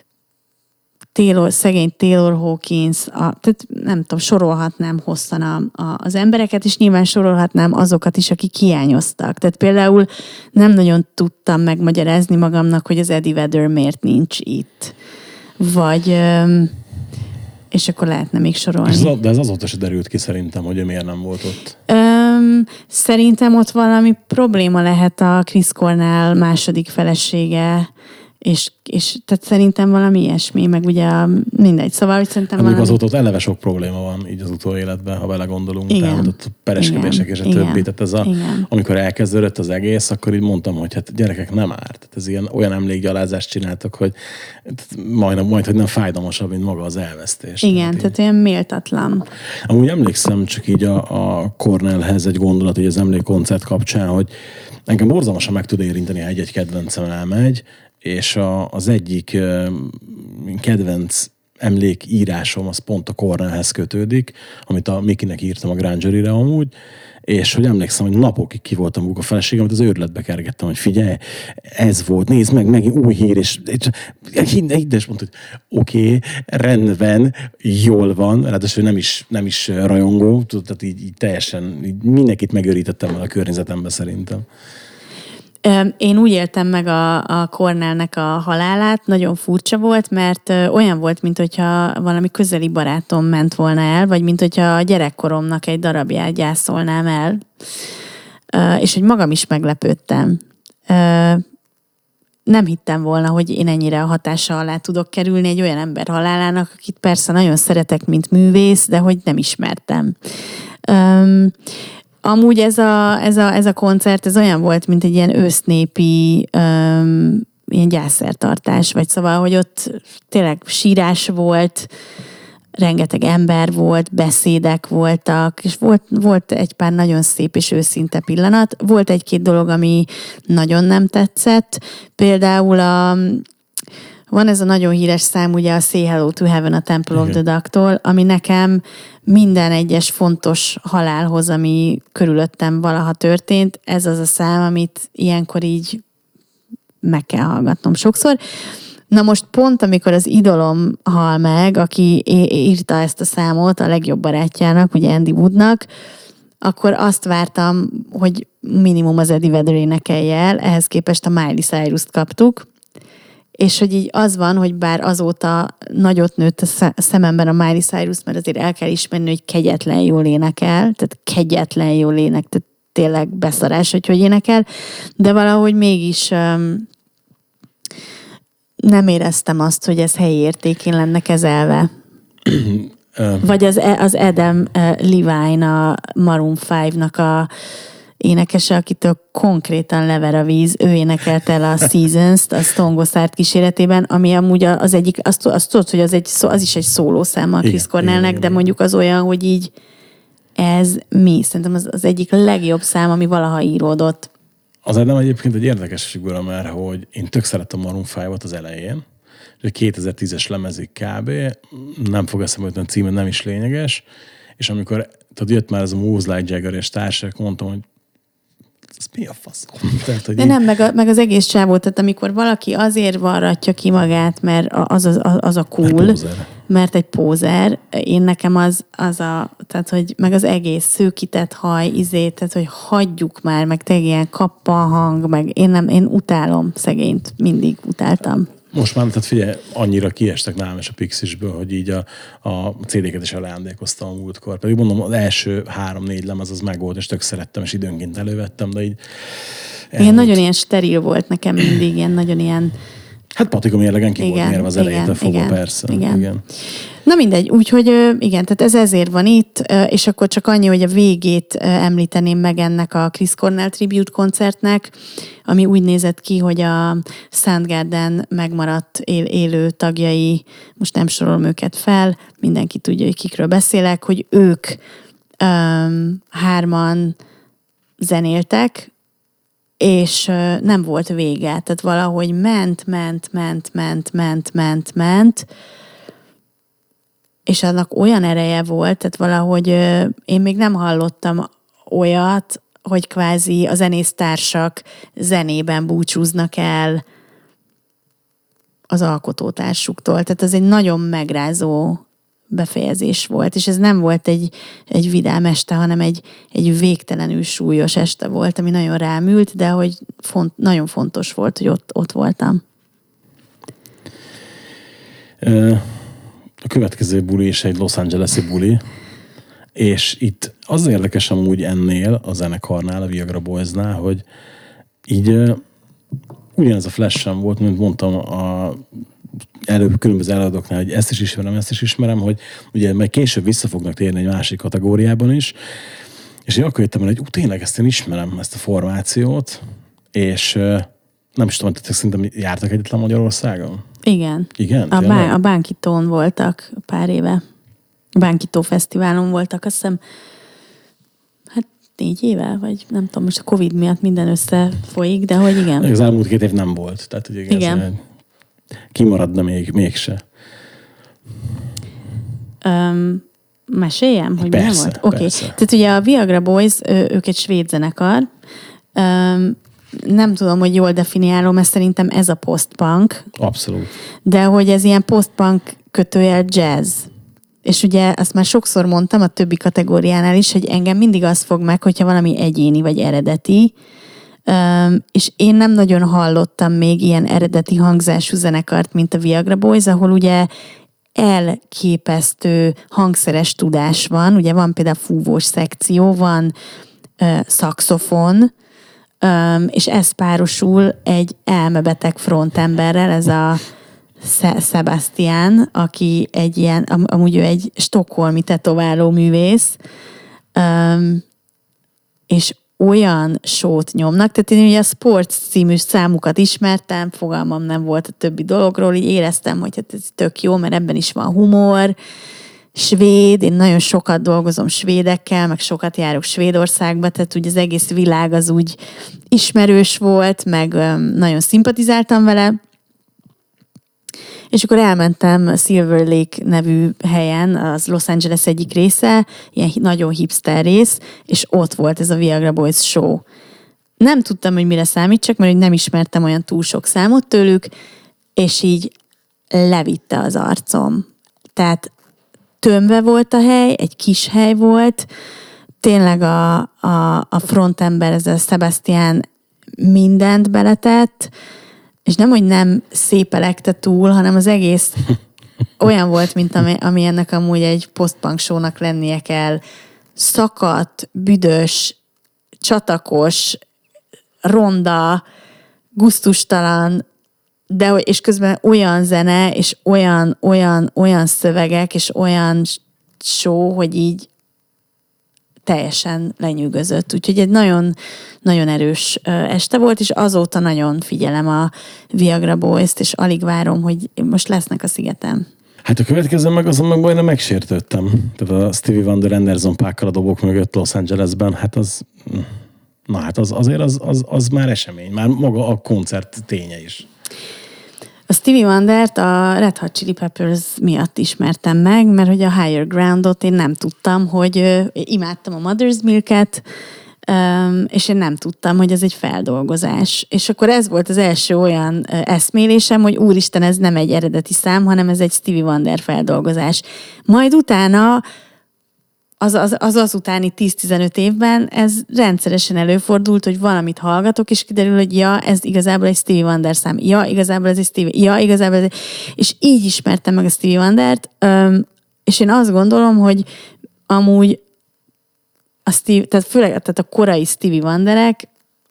szegény Taylor Hawkins, tehát nem tudom, sorolhatnám hosszan az embereket, és nyilván sorolhatnám azokat is, akik hiányoztak. Tehát például nem nagyon tudtam megmagyarázni magamnak, hogy az Eddie Vedder miért nincs itt. Vagy, és akkor lehetne még sorolni. De ez azóta se derült ki szerintem, hogy ő miért nem volt ott. Szerintem ott valami probléma lehet a Chris Cornell második felesége és tehát szerintem valami ilyesmi, meg ugye mindegy. Szóval, hogy szerintem valami... azóta ott eleve sok probléma van így az utóéletben, ha belegondolunk. Igen. Tehát ott pereskedések és a többi. Tehát amikor elkezdődött az egész, akkor így mondtam, hogy hát gyerekek, nem árt. Tehát ez olyan emlékgyalázást csináltak, hogy majd hogy nem fájdalmasabb, mint maga az elvesztés. Igen, tehát olyan méltatlan. Amúgy emlékszem csak így a Cornellhez egy gondolat, így az emlékkoncert kapcsán, hogy engem borzalmasan meg tud érinteni, ha egy kedvencem elmegy, és az egyik kedvenc emlékírásom az pont a Cornellhez kötődik, amit a Mikinek írtam a Grangery-re amúgy, és hogy emlékszem, hogy napokig ki voltam a feleségem, amit az őrületbe kergettem, hogy figyelj, ez volt, nézd meg, megint új hír, és hidd, és mondta, hogy oké, rendben, jól van, ráadásul nem is rajongó, tehát így teljesen így mindenkit megőrítettem el a környezetemben szerintem. Én úgy éltem meg a Cornellnek a halálát, nagyon furcsa volt, mert olyan volt, mint hogyha valami közeli barátom ment volna el, vagy mint hogyha a gyerekkoromnak egy darabját gyászolnám el, és hogy magam is meglepődtem. Nem hittem volna, hogy én ennyire a hatása alá tudok kerülni egy olyan ember halálának, akit persze nagyon szeretek, mint művész, de hogy nem ismertem. Amúgy ez a koncert, ez olyan volt, mint egy ilyen ősznépi ilyen gyászszertartás, vagy szóval, hogy ott tényleg sírás volt, rengeteg ember volt, beszédek voltak, és volt egy pár nagyon szép és őszinte pillanat. Volt egy-két dolog, ami nagyon nem tetszett. Például van ez a nagyon híres szám, ugye a Say Hello to Heaven a Temple of the Dog-tól, ami nekem minden egyes fontos halálhoz, ami körülöttem valaha történt, ez az a szám, amit ilyenkor így meg kell hallgatnom sokszor. Na most pont, amikor az idolom hal meg, aki írta ezt a számot a legjobb barátjának, ugye Andy Woodnak, akkor azt vártam, hogy minimum az Eddie Vedder énekelje el, ehhez képest a Miley Cyrust kaptuk, és hogy így az van, hogy bár azóta nagyot nőtt a szememben a Miley Cyrus, mert azért el kell ismerni, hogy kegyetlen jól énekel, tehát kegyetlen jól ének, tehát tényleg beszarás, hogy énekel, de valahogy mégis nem éreztem azt, hogy ez helyi értékén lenne kezelve. Vagy az Adam Levine, a Maroon 5-nak a énekese, akitől konkrétan lever a víz, ő énekelt el a Seasons-t, a Stone Gossard kíséretében, ami amúgy az egyik, azt tudod, hogy az is egy szólószám a Chris Cornellnek, de mondjuk az olyan, hogy így ez mi? Szerintem az egyik legjobb szám, ami valaha íródott. Az Adam egyébként egy érdekes figura, mert hogy én tök szerettem a Maroon 5-ot az elején, és 2010-es lemezik kb. Nem fog eszembe jutni, a címe nem is lényeges, és amikor jött már ez a Moves Like Jagger és társak, mondtam, hogy ez mi a fasz? Tehát, hogy de nem, meg az egész csávó, tehát amikor valaki azért varratja ki magát, mert az a cool, mert egy pózer, én nekem tehát, hogy meg az egész szőkített haj, tehát, hogy hagyjuk már, meg tényleg ilyen kappa hang, meg én utálom szegényt, mindig utáltam. Most már, tehát figyelj, annyira kiestek nálam és a Pixisből, hogy így a CD-ket is alándékoztam a múltkor. Pedig mondom, az első 3-4 lemez az meg volt, és tök szerettem, és időnként elővettem, de így... Igen, nagyon ilyen steril volt nekem mindig, ilyen nagyon ilyen... Hát patika mérlegen ki volt mérve az elejétől fogva, persze. Igen. Na mindegy, úgyhogy igen, tehát ez ezért van itt, és akkor csak annyi, hogy a végét említeném meg ennek a Chris Cornell Tribute koncertnek, ami úgy nézett ki, hogy a Soundgarden megmaradt élő tagjai, most nem sorolom őket fel, mindenki tudja, hogy kikről beszélek, hogy ők 3 zenéltek, és nem volt vége. Tehát valahogy ment, és annak olyan ereje volt, tehát valahogy én még nem hallottam olyat, hogy kvázi a zenésztársak zenében búcsúznak el az alkotótársuktól. Tehát ez egy nagyon megrázó befejezés volt, és ez nem volt egy vidám este, hanem egy végtelenül súlyos este volt, ami nagyon rám ült, de hogy nagyon fontos volt, hogy ott voltam. A következő buli is egy Los Angeles-i buli, és itt az érdekes amúgy ennél, a zenekarnál, a Viagra Boysnál, hogy így ugyanez a flash sem volt, mint mondtam előbb különböző előadóknál, hogy ezt is ismerem, hogy ugye majd később vissza fognak térni egy másik kategóriában is, és én akkor jöttem el, hogy tényleg ezt én ismerem, ezt a formációt, és nem is tudom, hogy szerintem jártak egyetlen Magyarországon? Igen. Igen? A Bánkitón voltak pár éve. A Bánkitó Fesztiválon voltak, azt hiszem, 4 éve, vagy nem tudom, most a Covid miatt minden összefolyik, de hogy igen. Az elmúlt 2 év nem volt, tehát hogy igen. Kimarad, de mégse. Meséljem, hogy persze, mi volt? Oké. Persze. Tehát ugye a Viagra Boys, ők egy svéd zenekar. Nem tudom, hogy jól definiálom, mert szerintem ez a post-punk. Abszolút. De hogy ez ilyen post-punk kötőjel jazz. És ugye azt már sokszor mondtam a többi kategóriánál is, hogy engem mindig az fog meg, hogyha valami egyéni vagy eredeti, és én nem nagyon hallottam még ilyen eredeti hangzású zenekart, mint a Viagra Boys, ahol ugye elképesztő hangszeres tudás van, ugye van például fúvós szekció, van szaxofon, és ez párosul egy elmebeteg frontemberrel, ez a Sebastian, aki egy ilyen, amúgy ő egy stockholmi tetováló művész, és olyan sót nyomnak, tehát én ugye a Sports című számukat ismertem, fogalmam nem volt a többi dologról, így éreztem, hogy hát ez tök jó, mert ebben is van humor, svéd, én nagyon sokat dolgozom svédekkel, meg sokat járok Svédországba, tehát úgy az egész világ az úgy ismerős volt, meg nagyon szimpatizáltam vele. És akkor elmentem Silver Lake nevű helyen, az Los Angeles egyik része, ilyen nagyon hipster rész, és ott volt ez a Viagra Boys show. Nem tudtam, hogy mire számítsak, mert nem ismertem olyan túl sok számot tőlük, és így levitte az arcom. Tehát tömve volt a hely, egy kis hely volt, tényleg a frontember, ez a Sebastian mindent beletett, és nem, hogy nem szépelekte túl, hanem az egész olyan volt, mint ami ennek amúgy egy post-punk show-nak lennie kell. Szakadt, büdös, csatakos, ronda, gusztustalan, de és közben olyan zene, és olyan szövegek, és olyan show, hogy így teljesen lenyűgözött. Úgyhogy egy nagyon, nagyon erős este volt, és azóta nagyon figyelem a Viagra Boys-t, és alig várom, hogy most lesznek a szigeten. Hát a következő meg azon meg majdnem megsértődtem. Tehát a Stevie Wonder Anderson Paak-kal a dobok mögött Los Angelesben, hát az... Na hát az már esemény, már maga a koncert ténye is. A Stevie Wondert a Red Hot Chili Peppers miatt ismertem meg, mert hogy a Higher Groundot én nem tudtam, hogy imádtam a Mother's Milk-et, és én nem tudtam, hogy ez egy feldolgozás. És akkor ez volt az első olyan eszmélésem, hogy úristen, ez nem egy eredeti szám, hanem ez egy Stevie Wonder feldolgozás. Majd utána az utáni 10-15 évben ez rendszeresen előfordult, hogy valamit hallgatok, és kiderül, hogy ja, ez igazából egy Stevie Wonder szám. Ja, igazából ez egy Stevie. Ja, igazából ez egy... És így ismertem meg a Stevie Wondert, és én azt gondolom, hogy amúgy tehát főleg tehát a korai Stevie Wonderek,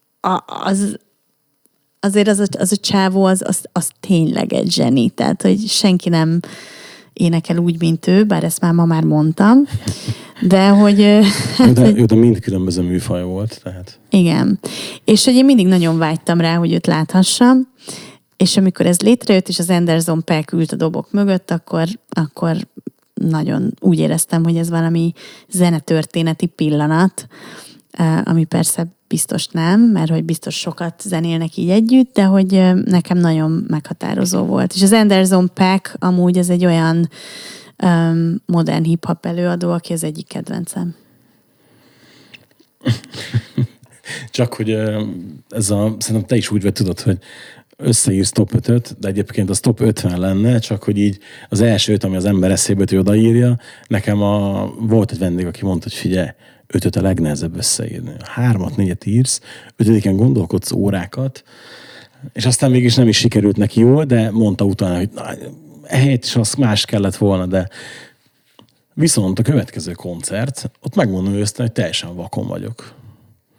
azért az a csávó, az tényleg egy zseni. Tehát, hogy senki nem énekel úgy, mint ő, bár ezt már ma már mondtam. De hogy... de mind különböző műfaj volt, tehát... Igen. És hogy én mindig nagyon vágytam rá, hogy őt láthassam, és amikor ez létrejött, és az Anderson Paak ült a dobok mögött, akkor nagyon úgy éreztem, hogy ez valami zenetörténeti pillanat, ami persze biztos nem, mert hogy biztos sokat zenélnek így együtt, de hogy nekem nagyon meghatározó volt. És az Anderson Paak amúgy ez egy olyan modern hip-hop előadó, aki az egyik kedvencem. Csak hogy szerintem te is úgy vagy tudod, hogy összeírsz top 5-öt, de egyébként az top 50 lenne, csak hogy így az első 5, ami az ember eszébe jut, hogy odaírja. Nekem volt egy vendég, aki mondta, hogy figyelj, 5-öt a legnehezebb összeírni. 3-at, 4-et írsz, 5-en gondolkodsz órákat, és aztán mégis nem is sikerült neki jól, de mondta utána, hogy helyett is az más kellett volna, de viszont a következő koncert, ott megmondom őszintén, hogy teljesen vakon vagyok.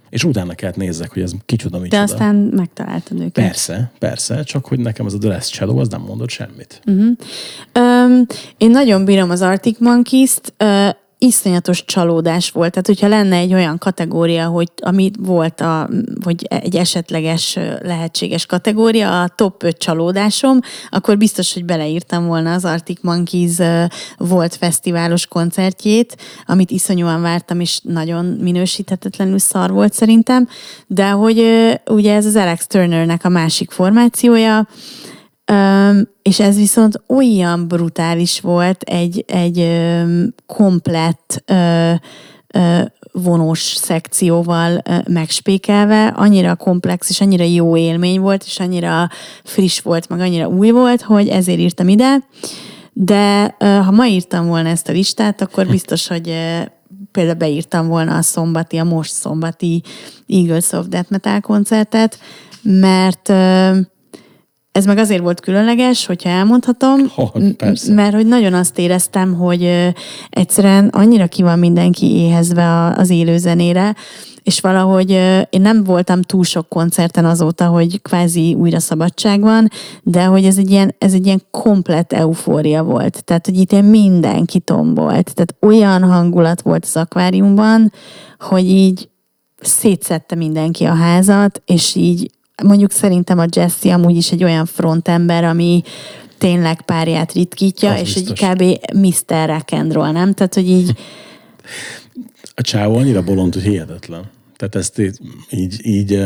És utána kellett nézzek, hogy ez kicsoda, De micsoda. aztán megtaláltad őket. Persze, csak hogy nekem ez a The Last Shadow, az nem mondott semmit. Én nagyon bírom az Arctic Monkeys-t, iszonyatos csalódás volt. Tehát, hogyha lenne egy olyan kategória, hogy ami volt hogy egy esetleges lehetséges kategória, a top 5 csalódásom, akkor biztos, hogy beleírtam volna az Arctic Monkeys volt fesztiválos koncertjét, amit iszonyúan vártam, és nagyon minősíthetetlenül szar volt szerintem. De hogy ugye ez az Alex Turnernek a másik formációja, és ez viszont olyan brutális volt, egy komplett vonós szekcióval megspékelve, annyira komplex és annyira jó élmény volt, és annyira friss volt, meg annyira új volt, hogy ezért írtam ide. De ha ma írtam volna ezt a listát, akkor biztos, hogy például beírtam volna a most szombati Eagles of Death Metal koncertet, mert ez meg azért volt különleges, hogyha elmondhatom, mert hogy nagyon azt éreztem, hogy egyszerűen annyira ki van mindenki éhezve az élőzenére, és valahogy én nem voltam túl sok koncerten azóta, hogy kvázi újra szabadság van, de hogy ez egy ilyen komplett eufória volt. Tehát, hogy itt mindenki tombolt. Tehát olyan hangulat volt az akváriumban, hogy így szétszedte mindenki a házat, és így mondjuk szerintem a Jesse amúgy is egy olyan frontember, ami tényleg párját ritkítja, az és biztos. egy kb. Mr. Rock and Roll, nem? Tehát, hogy így... A csávó annyira bolond, hogy hihetetlen. Tehát ezt így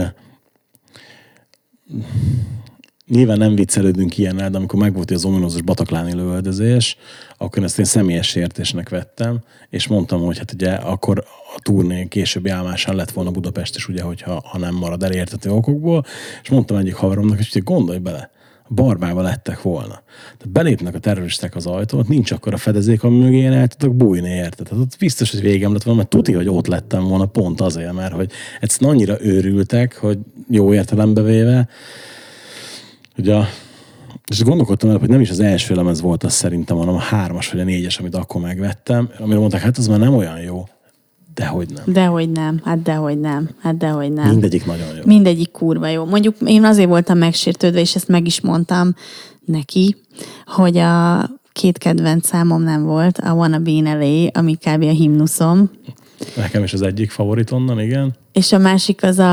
nyilván nem viccelődünk ilyennel, de amikor megvolt az ominózus batakláni lövöldözés, akkor ezt én személyes sértésnek vettem, és mondtam, hogy hát ugye akkor a turné későbbi állomásán lett volna Budapest is, ugye, hogyha nem marad el értető okokból, és mondtam egyik haveromnak, hogy gondolj bele, Barbába lettek volna. Tehát belépnek a terroristák az ajtót, nincs akkor a fedezék, ami mögé én el tudok bújni, érted? Tehát ott biztos, hogy végem lett volna, mert tuti, hogy ott lettem volna pont azért, mert hogy egyszerűen annyira őrültek, hogy jó értelembe véve, ugye, és gondolkodtam el, hogy nem is az első lemez volt az szerintem, hanem a 3-as vagy a 4-es, amit akkor megvettem, amire mondták, hát az már nem olyan jó. Dehogy nem. Dehogy nem. Mindegyik nagyon jó. Mindegyik kurva jó. Mondjuk én azért voltam megsértődve, és ezt meg is mondtam neki, hogy a 2 kedvenc számom nem volt, a Wanna Be in LA, ami kb. A himnuszom. Nekem is az egyik favorit onnan, igen. És a másik az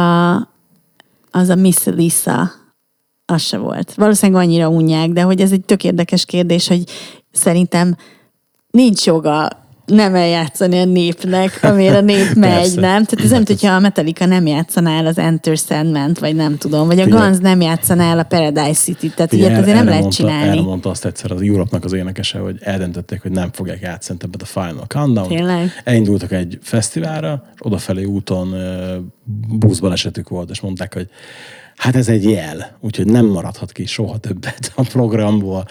a Miss Lisa. Az se volt. Valószínűleg annyira unják, de hogy ez egy tök érdekes kérdés, hogy szerintem nincs joga nem eljátszani a népnek, amire a nép megy, Persze. nem? Tehát ez nem, hogyha a Metallica nem játszaná el az Enter Sandman-t, vagy nem tudom, vagy a Guns nem játszaná el a Paradise City-t, tehát ilyet azért nem lehet csinálni. Erre mondta azt egyszer az Europe-nak az énekese, hogy eldöntötték, hogy nem fogják játszani többet a Final Countdown. Tényleg? Elindultak egy fesztiválra, és odafelé úton buszbalesetük volt, és mondták, hogy hát ez egy jel, úgyhogy nem maradhat ki soha többet a programból.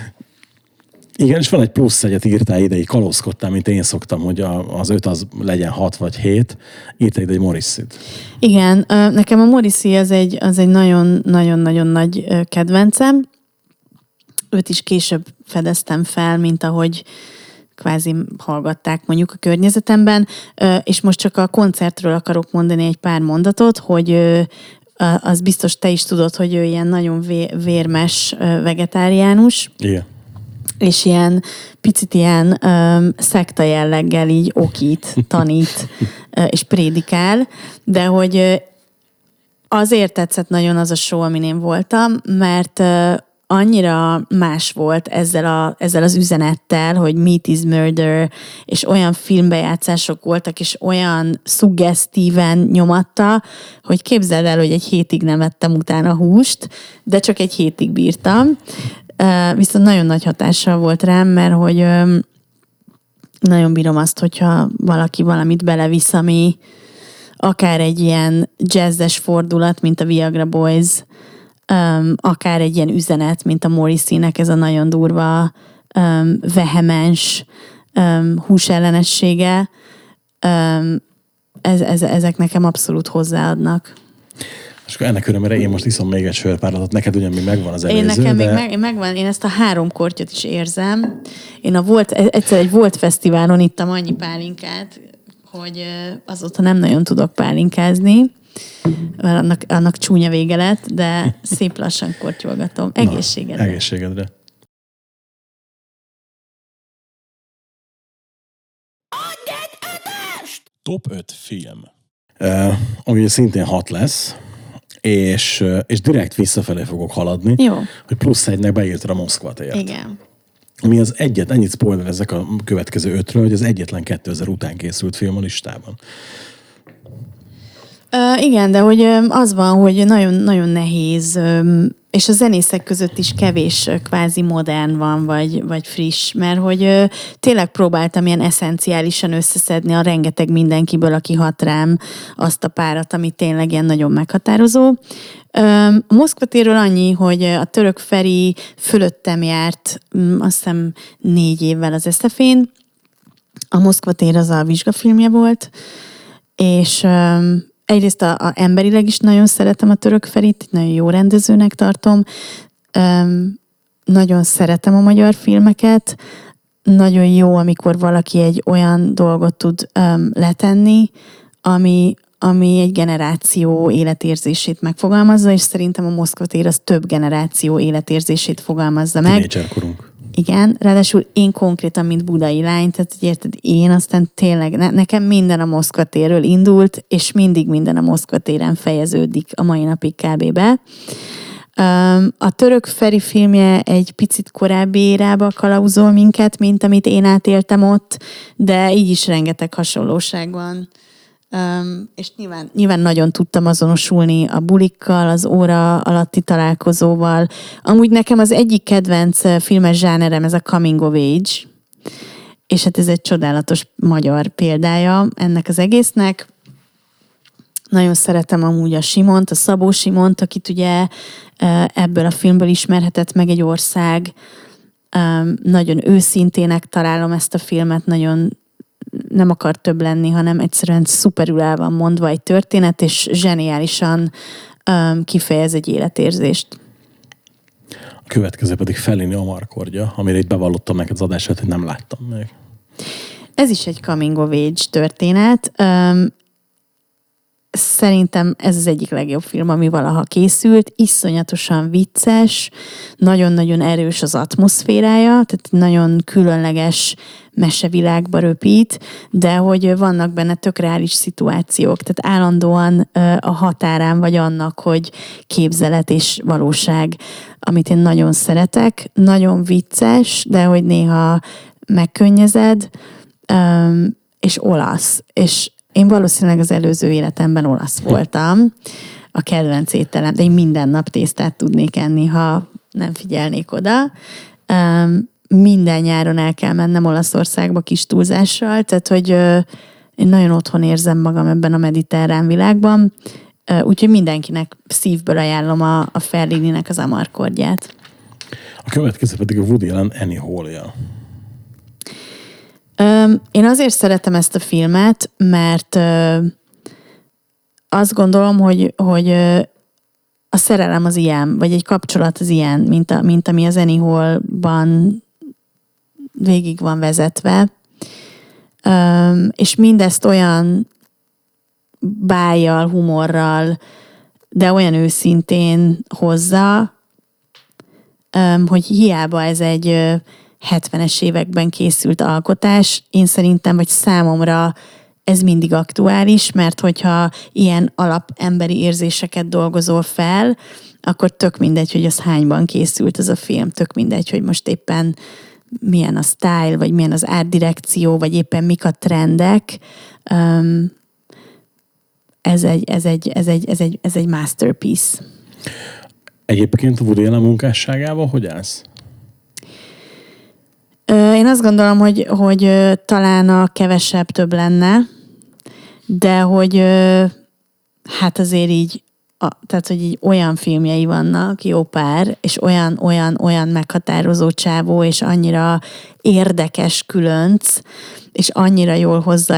Igen, és van egy plusz egyet írtál ide, így kalózkodtál, mint én szoktam, hogy az 5 az legyen 6 vagy 7. Írtál ide egy Morrissey-t. Igen, nekem a Morrissey az egy nagyon-nagyon nagy kedvencem. Őt is később fedeztem fel, mint ahogy kvázi hallgatták mondjuk a környezetemben, és most csak a koncertről akarok mondani egy pár mondatot, hogy az biztos te is tudod, hogy ő ilyen nagyon vérmes vegetáriánus. Igen. És ilyen picit ilyen szekta jelleggel így okít, tanít és prédikál, de hogy azért tetszett nagyon az a show, amin én voltam, mert annyira más volt ezzel az üzenettel, hogy meat is murder, és olyan filmbejátszások voltak, és olyan szuggesztíven nyomatta, hogy képzeld el, hogy egy hétig nem ettem utána húst, de csak egy hétig bírtam. Viszont nagyon nagy hatással volt rám, mert hogy nagyon bírom azt, hogyha valaki valamit belevisz, ami akár egy ilyen jazzes fordulat, mint a Viagra Boys, akár egy ilyen üzenet, mint a Morrissey-nek ez a nagyon durva, vehemens húsellenessége, ezek nekem abszolút hozzáadnak. És akkor ennek örömére én most iszom még egy sörpárlatot, neked ugyan még megvan az előző, Nekem de... még megvan, én ezt a 3 kortyot is érzem. Én egyszer egy Volt fesztiválon ittam annyi pálinkát, hogy azóta nem nagyon tudok pálinkázni, mert annak csúnya vége lett, de szép lassan kortyolgatom. Egészségedre. Egészségedre. Top 5 film. Ami szintén 6 lesz, és direkt visszafelé fogok haladni, Jó. hogy plusz 1-nek beírtad a Moszkva tért. Igen. Ami az ennyit spoilerezek a következő 5-ről, hogy az egyetlen 2000 után készült film a listában. Igen, de hogy az van, hogy nagyon nehéz, és a zenészek között is kevés kvázi modern van, vagy friss, mert hogy tényleg próbáltam ilyen eszenciálisan összeszedni a rengeteg mindenkiből, aki hat rám, azt a párat, ami tényleg ilyen nagyon meghatározó. A Moszkva térről annyi, hogy a Török Feri fölöttem járt, azt hiszem 4 évvel az eszefén. A Moszkva tér az a vizsgafilmje volt, és egyrészt a emberileg is nagyon szeretem a Török Ferit, nagyon jó rendezőnek tartom. Nagyon szeretem a magyar filmeket. Nagyon jó, amikor valaki egy olyan dolgot tud letenni, ami egy generáció életérzését megfogalmazza, és szerintem a Moszkva tér az több generáció életérzését fogalmazza meg. Tínédzserkorunk. Igen, ráadásul én konkrétan, mint budai lány, tehát érted, én aztán tényleg, nekem minden a Moszkva térről indult, és mindig minden a Moszkva téren fejeződik a mai napig kb-be. A Török Feri filmje egy picit korábbi érába kalauzol minket, mint amit én átéltem ott, de így is rengeteg hasonlóság van. És nyilván nagyon tudtam azonosulni a bulikkal, az óra alatti találkozóval. Amúgy nekem az egyik kedvenc filmes zsánerem ez a coming of age, és hát ez egy csodálatos magyar példája ennek az egésznek. Nagyon szeretem amúgy a Simont, a Szabó Simont, akit ugye ebből a filmből ismerhetett meg egy ország. Nagyon őszintének találom ezt a filmet, nagyon nem akar több lenni, hanem egyszerűen szuperül el van mondva egy történet, és zseniálisan kifejez egy életérzést. A következő pedig Fellini Amarkordja, amire itt bevallottam neked az adását, hogy nem láttam még. Ez is egy coming of age történet. Szerintem ez az egyik legjobb film, ami valaha készült. Iszonyatosan vicces, nagyon-nagyon erős az atmoszférája, tehát nagyon különleges mesevilágba röpít, de hogy vannak benne tök reális szituációk, tehát állandóan a határán vagy annak, hogy képzelet és valóság, amit én nagyon szeretek, nagyon vicces, de hogy néha megkönnyezed, és olasz, és én valószínűleg az előző életemben olasz voltam, a kedvenc ételem, de én minden nap tésztát tudnék enni, ha nem figyelnék oda. Minden nyáron el kell mennem Olaszországba kis túlzással, tehát hogy én nagyon otthon érzem magam ebben a mediterrán világban, úgyhogy mindenkinek szívből ajánlom a Fellininek az Amarkordját. A következő pedig a Woody Allen Annie Hall-ja. Én azért szeretem ezt a filmet, mert azt gondolom, hogy a szerelem az ilyen, vagy egy kapcsolat az ilyen, mint ami az Annie Hall-ban végig van vezetve. És mindezt olyan bájjal, humorral, de olyan őszintén hozza, hogy hiába ez egy 70-es években készült alkotás, én szerintem, vagy számomra ez mindig aktuális, mert hogyha ilyen alapemberi érzéseket dolgozol fel, akkor tök mindegy, hogy az hányban készült az a film, tök mindegy, hogy most éppen milyen a style, vagy milyen az árdirekció, vagy éppen mik a trendek. Ez egy masterpiece. Egyébként a Woody Allen munkásságával hogy állsz? Én azt gondolom, hogy talán a kevesebb több lenne, de hogy hát azért így, tehát hogy így olyan filmjei vannak, jó pár, és olyan meghatározó csávó, és annyira érdekes különc, és annyira jól hozza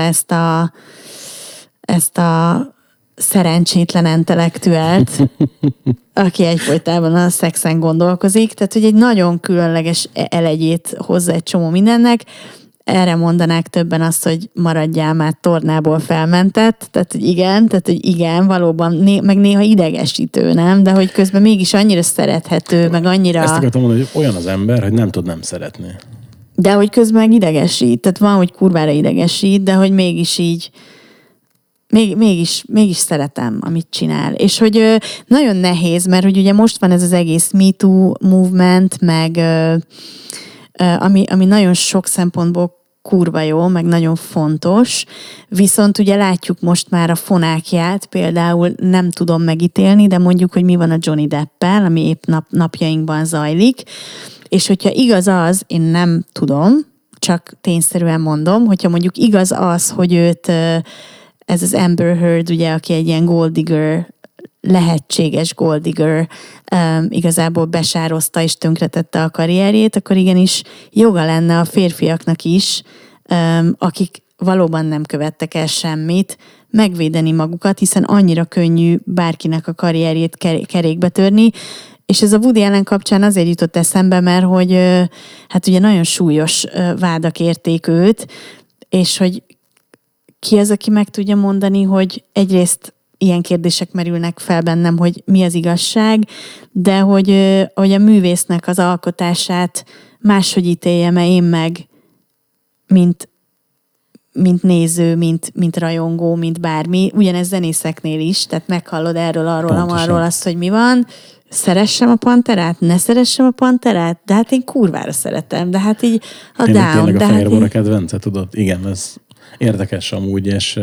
ezt a szerencsétlen intellektuált, aki egyfolytában a szexen gondolkozik. Tehát, hogy egy nagyon különleges elegyét hozza egy csomó mindennek. erre mondanák többen azt, hogy maradjál már, tornából felmentett, tehát hogy igen, valóban, meg néha idegesítő, nem? De hogy közben mégis annyira szerethető, meg annyira... Ezt akartam mondani, hogy olyan az ember, hogy nem tud nem szeretni. De hogy közben meg idegesít, tehát van, hogy kurvára idegesít, de hogy mégis így mégis szeretem, amit csinál. És hogy nagyon nehéz, mert hogy ugye most van ez az egész Me Too movement, meg ami nagyon sok szempontból kurva jó, meg nagyon fontos, viszont ugye látjuk most már a fonákját, például nem tudom megítélni, de mondjuk, hogy mi van a Johnny Deppel, ami épp napjainkban zajlik, és hogyha igaz az, én nem tudom, csak tényszerűen mondom, hogyha mondjuk igaz az, hogy őt ez az Amber Heard, ugye, aki egy ilyen gold digger, lehetséges gold digger, igazából besározta és tönkretette a karrierjét, akkor igenis joga lenne a férfiaknak is, akik valóban nem követtek el semmit, megvédeni magukat, hiszen annyira könnyű bárkinek a karrierjét kerékbe törni, és ez a Woody Allen kapcsán azért jutott eszembe, mert hogy hát ugye nagyon súlyos vádak érték őt, és hogy ki az, aki meg tudja mondani, hogy egyrészt ilyen kérdések merülnek fel bennem, hogy mi az igazság, de hogy a művésznek az alkotását máshogy ítéljem én meg, mint néző, mint rajongó, mint bármi. Ugyanez zenészeknél is, tehát meghallod erről, arról azt, hogy mi van. Szeressem a Panterát? Ne szeressem a Panterát? De hát én kurvára szeretem. De hát így a Down. Tényleg a Fehér Bor a hát kedvence, tudod? Igen, ez érdekes amúgy, és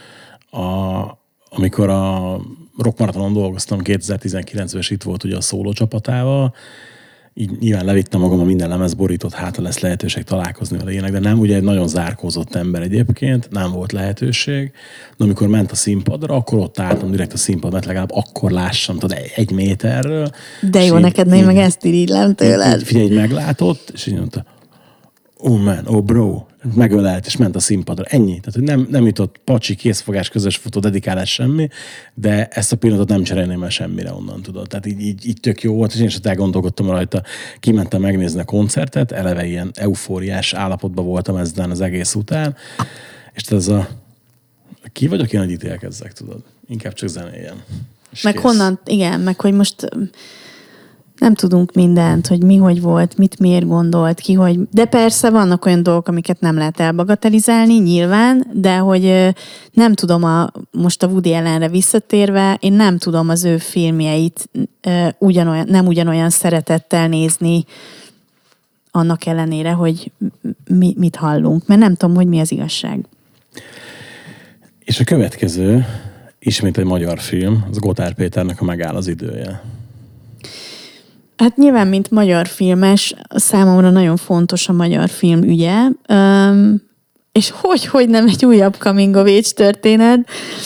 amikor a Rock Maratonon dolgoztam 2019-ben, és itt volt ugye a szóló csapatával, így nyilván levittem magam a minden lemezborítót, hát lesz lehetőség találkozni vele ilyenek, de nem, ugye egy nagyon zárkózott ember egyébként, nem volt lehetőség. De amikor ment a színpadra, akkor ott álltam direkt a színpad, mert legalább akkor lássam, tudod, 1 méterről. De jó, neked én meg ezt irigylem tőled. Figyelj, meglátott, és így mondta, oh man, oh bro, megölelt, és ment a színpadra. Ennyi. Tehát, hogy nem jutott pacsi, készfogás, közös fotó, dedikálás, semmi, de ezt a pillanatot nem cserélném el semmire onnan, tudod. Tehát így tök jó volt, és én is elgondolkodtam rajta. Kimentem megnézni a koncertet, eleve ilyen eufóriás állapotban voltam ezzel az egész után, és ez ki vagyok én, hogy ítélkezzek, tudod. Inkább csak zenéljen. Meg kész. Honnan, igen, meg hogy most nem tudunk mindent, hogy mi hogy volt, mit miért gondolt, ki hogy... De persze vannak olyan dolgok, amiket nem lehet elbagatelizálni, nyilván, de hogy nem tudom, most a Woody Allenre visszatérve, én nem tudom az ő filmjeit nem ugyanolyan szeretettel nézni, annak ellenére, hogy mit hallunk, mert nem tudom, hogy mi az igazság. És a következő, ismét egy magyar film, az Gotthárd Péternek a Megáll az idője. Hát nyilván, mint magyar filmes, számomra nagyon fontos a magyar film ügye, és hogy nem egy újabb coming of age történet.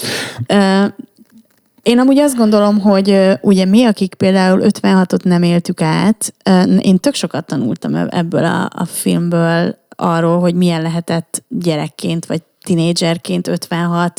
Én amúgy azt gondolom, hogy ugye mi, akik például 56-ot nem éltük át, én tök sokat tanultam ebből a filmből arról, hogy milyen lehetett gyerekként, vagy tinédzserként 56.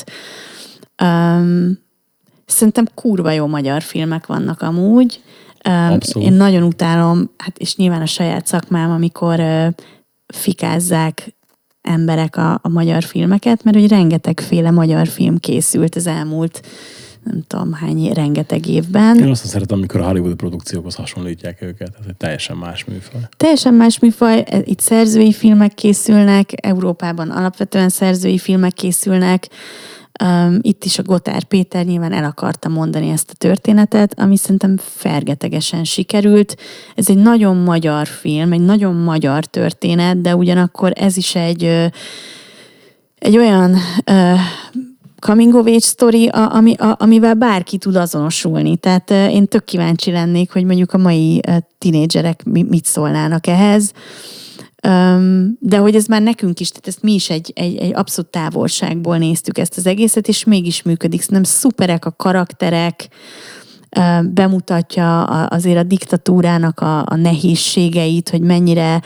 Szerintem kurva jó magyar filmek vannak amúgy. Én nagyon utálom, hát és nyilván a saját szakmám, amikor fikázzák emberek a magyar filmeket, mert hogy rengetegféle magyar film készült az elmúlt, nem tudom hány, rengeteg évben. Én azt szeretem, amikor a hollywoodi produkciókhoz hasonlítják őket, ez egy teljesen más műfaj. Teljesen más műfaj, itt szerzői filmek készülnek, Európában alapvetően szerzői filmek készülnek, itt is a Gotthárd Péter nyilván el akarta mondani ezt a történetet, ami szerintem fergetegesen sikerült. Ez egy nagyon magyar film, egy nagyon magyar történet, de ugyanakkor ez is egy olyan coming of age story, amivel bárki tud azonosulni. Tehát én tök kíváncsi lennék, hogy mondjuk a mai tinédzserek mit szólnának ehhez. De hogy ez már nekünk is, tehát ezt mi is egy abszolút távolságból néztük ezt az egészet, és mégis működik. Szerintem szuperek a karakterek, bemutatja azért a diktatúrának a nehézségeit, hogy mennyire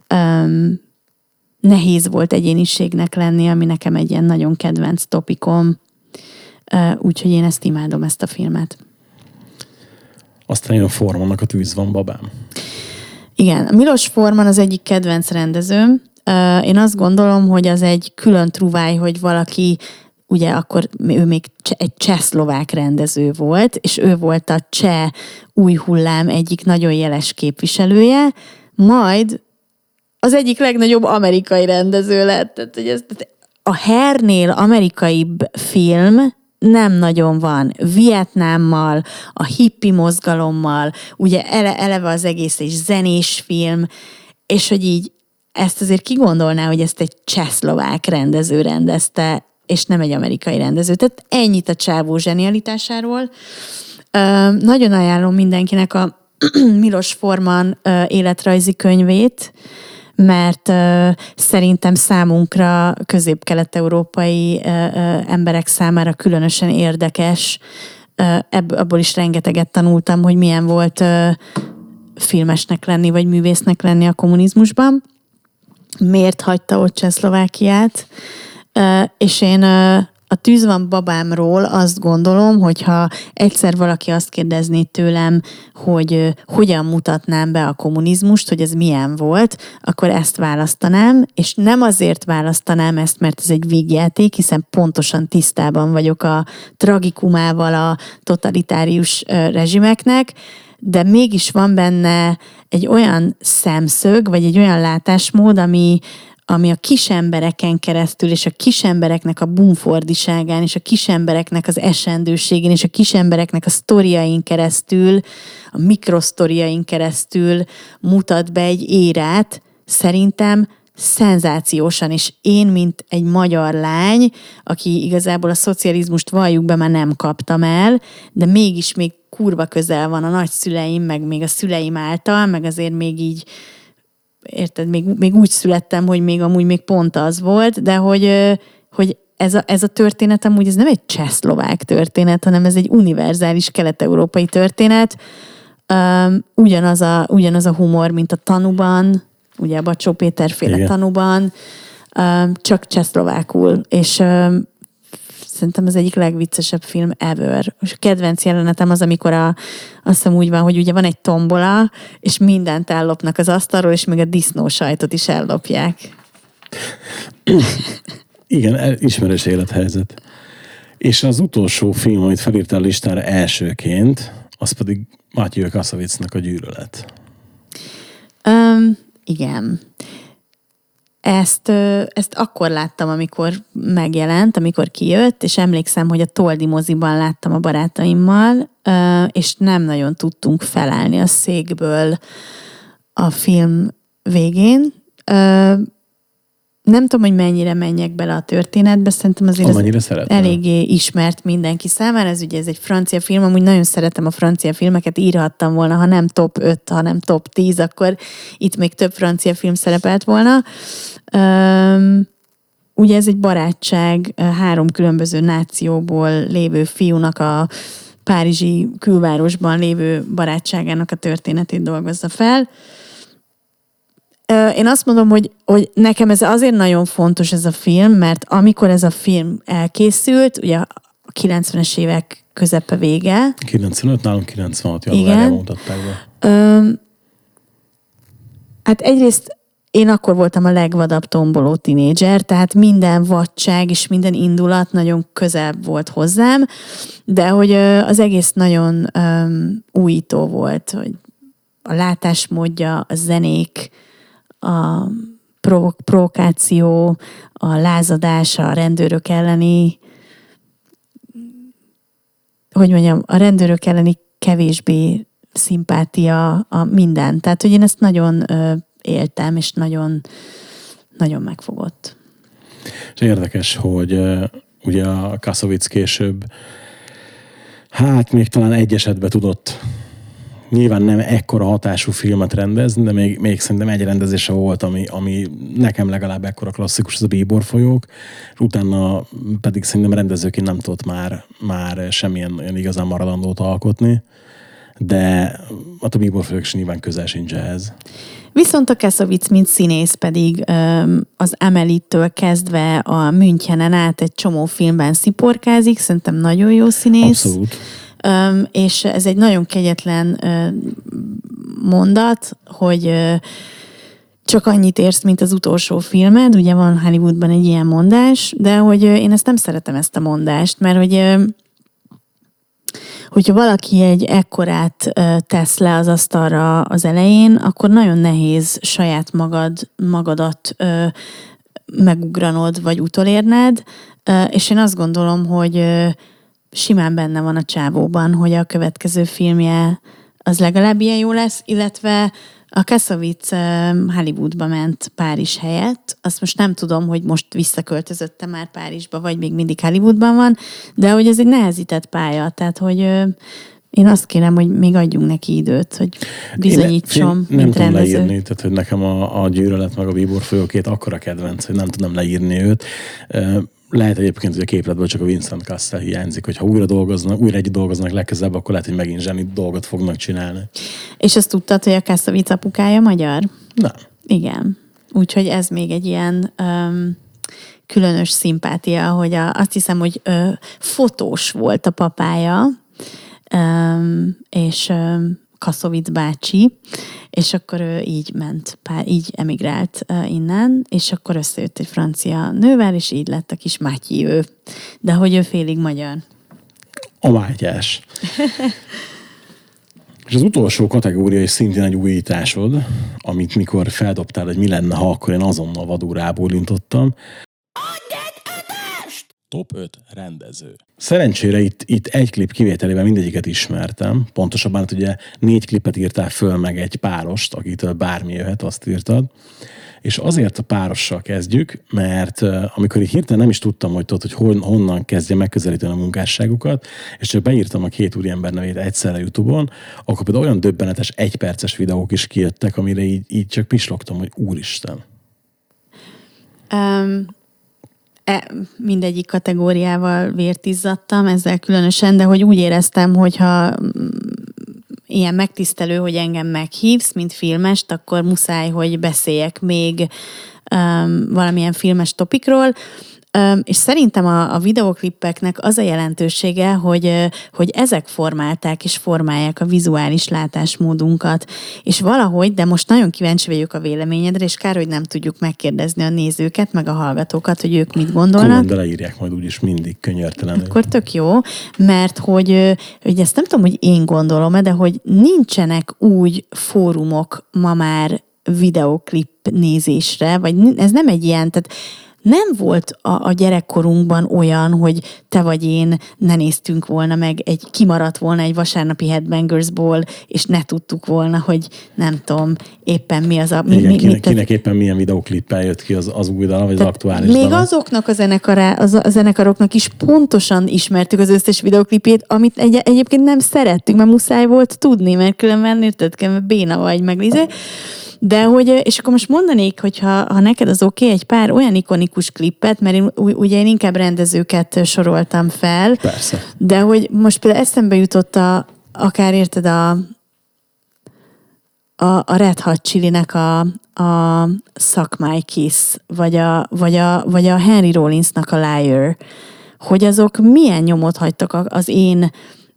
nehéz volt egyéniségnek lenni, ami nekem egy ilyen nagyon kedvenc topikom. Úgyhogy én ezt imádom, ezt a filmet. Aztán jön Formannak a Tűz van, babám. Igen, a Milos Forman az egyik kedvenc rendezőm. Én azt gondolom, hogy az egy külön truváj, hogy valaki, ugye akkor ő még egy csehszlovák rendező volt, és ő volt a cseh új hullám egyik nagyon jeles képviselője, majd az egyik legnagyobb amerikai rendező lett. Tehát, hogy a Hairnél amerikai film nem nagyon van. Vietnámmal, a hippi mozgalommal, ugye eleve az egész egy zenés film, és hogy így ezt azért kigondolná, hogy ezt egy csehszlovák rendező rendezte, és nem egy amerikai rendező. Tehát ennyit a csávó zsenialitásáról. Nagyon ajánlom mindenkinek a Milos Forman életrajzi könyvét, mert szerintem számunkra közép-kelet-európai emberek számára különösen érdekes. Abból is rengeteget tanultam, hogy milyen volt filmesnek lenni, vagy művésznek lenni a kommunizmusban. Miért hagyta ott Csehszlovákiát? És én a Tűz van babámról azt gondolom, hogyha egyszer valaki azt kérdezné tőlem, hogy hogyan mutatnám be a kommunizmust, hogy ez milyen volt, akkor ezt választanám, és nem azért választanám ezt, mert ez egy vígjáték, hiszen pontosan tisztában vagyok a tragikumával a totalitárius rezsimeknek, de mégis van benne egy olyan szemszög, vagy egy olyan látásmód, ami a kis embereken keresztül, és a kis embereknek a bumfordiságán, és a kis embereknek az esendőségén, és a kis embereknek a sztoriain keresztül, a mikrosztoriain keresztül mutat be egy érát, szerintem szenzációsan, és én, mint egy magyar lány, aki igazából a szocializmust valljuk be, már nem kaptam el, de mégis még kurva közel van a nagyszüleim, meg még a szüleim által, meg azért még így érted, még úgy születtem, hogy még amúgy még pont az volt, de hogy ez a történet amúgy ez nem egy csehszlovák történet, hanem ez egy univerzális kelet-európai történet. Ugyanaz a humor, mint a Tanuban, ugye a Bacsó Péter féle Tanuban, csak csehszlovákul, és szerintem az egyik legviccesebb film ever. És a kedvenc jelenetem az, amikor azt hiszem úgy van, hogy ugye van egy tombola, és mindent ellopnak az asztalról, és még a disznósajtot is ellopják. Igen, ismerős élethelyzet. És az utolsó film, amit felírtál listára elsőként, az pedig Matthew Kassovicnak a Gyűlölet. Igen. Ezt akkor láttam, amikor megjelent, amikor kijött, és emlékszem, hogy a Toldi moziban láttam a barátaimmal, és nem nagyon tudtunk felállni a székből a film végén. Nem tudom, hogy mennyire menjek bele a történetbe, szerintem azért eléggé ismert mindenki számára. Ez ugye ez egy francia film, amúgy nagyon szeretem a francia filmeket, írhattam volna, ha nem top 5, hanem top 10, akkor itt még több francia film szerepelt volna. Ugye ez egy barátság 3 különböző nációból lévő fiúnak a párizsi külvárosban lévő barátságának a történetét dolgozza fel. Én azt mondom, hogy nekem ez azért nagyon fontos ez a film, mert amikor ez a film elkészült, ugye a 90-es évek közepe vége. 95, nálunk 96 januárjában mutatták be. Hát egyrészt én akkor voltam a legvadabb tomboló tinédzser, tehát minden vadság és minden indulat nagyon közel volt hozzám, de hogy az egész nagyon újító volt, hogy a látásmódja, a zenék, a provokáció, a lázadás, a rendőrök elleni, hogy mondjam, a rendőrök elleni kevésbé szimpátia, a minden. Tehát, hogy én ezt nagyon éltem, és nagyon, nagyon megfogott. És érdekes, hogy ugye a Kassovitz később még talán egy esetben tudott nyilván nem ekkora hatású filmet rendezni, de még szerintem egy rendezése volt, ami nekem legalább ekkora klasszikus, az a Bíbor folyók, és utána pedig szerintem rendezőként nem tudott már semmilyen igazán maradandót alkotni, de a Bíbor folyók is nyilván közel sincs ehhez. Viszont a Kassovitz, mint színész pedig az Amelie-től kezdve a Münchenen át egy csomó filmben sziporkázik, szerintem nagyon jó színész. Abszolút. És ez egy nagyon kegyetlen mondat, hogy csak annyit érsz, mint az utolsó filmed, ugye van Hollywoodban egy ilyen mondás, de hogy én ezt nem szeretem, ezt a mondást, mert hogyha valaki egy ekkorát tesz le az asztalra az elején, akkor nagyon nehéz saját magadat megugranod, vagy utolérned, és én azt gondolom, hogy simán benne van a csávóban, hogy a következő filmje az legalább ilyen jó lesz, illetve a Kassovitz Hollywoodba ment Párizs helyett. Azt most nem tudom, hogy most visszaköltözötte már Párizsba, vagy még mindig Hollywoodban van, de hogy ez egy nehezített pálya, tehát hogy én azt kérem, hogy még adjunk neki időt, hogy bizonyítson, nem mint tudom rendező. leírni, tehát hogy nekem a Gyűlölet meg a Bíbor folyókét akkora kedvenc, hogy nem tudom leírni őt. Lehet egyébként, hogy a képletből csak a Vincent Cassel hiányzik, hogy ha újra együtt dolgoznak legközelebb, akkor lehet, hogy megint zseni dolgot fognak csinálni. És azt tudtad, hogy a Kassovitz apukája magyar? Nem. Igen. Úgyhogy ez még egy ilyen különös szimpátia, hogy azt hiszem, hogy fotós volt a papája, és Kassovitz bácsi, és akkor ő így ment, így emigrált innen, és akkor összejött egy francia nővel, és így lett a kis Mátyi ő. De hogy ő félig magyar. A Mátyás. És az utolsó kategória is szintén egy újításod, amit mikor feldobtál, hogy mi lenne, ha akkor én azonnal vadul rábólintottam. Top 5 rendező. Szerencsére itt egy klip kivételével mindegyiket ismertem. Pontosabban, hát ugye 4 klipet írtál föl, meg egy párost, akitől bármi jöhet, azt írtad. És azért a párossal kezdjük, mert amikor így hirtelen nem is tudtam, hogy honnan kezdje megközelíteni a munkásságukat, és csak beírtam a 2 úriember nevét egyszerre YouTube-on, akkor például olyan döbbenetes 1 perces videók is kijöttek, amire így csak pislogtam, hogy úristen. Mindegyik kategóriával vért izzadtam, ezzel különösen, de hogy úgy éreztem, hogyha ilyen megtisztelő, hogy engem meghívsz, mint filmest, akkor muszáj, hogy beszéljek még valamilyen filmes topikról. És szerintem a videóklippeknek az a jelentősége, hogy ezek formálták és formálják a vizuális látásmódunkat. És valahogy, de most nagyon kíváncsi vagyok a véleményedre, és kár, hogy nem tudjuk megkérdezni a nézőket, meg a hallgatókat, hogy ők mit gondolnak. Kommentbe leírják majd úgyis mindig könyörtelenül. Akkor tök jó, mert hogy ezt nem tudom, hogy én gondolom-e, de hogy nincsenek úgy fórumok ma már videóklip nézésre, vagy ez nem egy ilyen, tehát nem volt a gyerekkorunkban olyan, hogy te vagy én ne néztünk volna meg, kimaradt volna egy vasárnapi Headbangersból, és ne tudtuk volna, hogy nem tudom, éppen mi az a... Kinek éppen milyen videóklippel jött ki az új dala, vagy az aktuális még dala. azoknak a zenekaroknak is pontosan ismertük az összes videóklipét, amit egyébként nem szerettük, mert muszáj volt tudni, mert különben érted, béna vagy meg. De hogy, és akkor most mondanék, hogy ha neked az oké, egy pár olyan ikonikus klippet, mert én inkább rendezőket soroltam fel. Persze. De hogy most például eszembe jutott akár érted a Red Hot Chili-nek a Suck My Kiss, vagy a Henry Rollinsnak a Liar, hogy azok milyen nyomot hagytak az én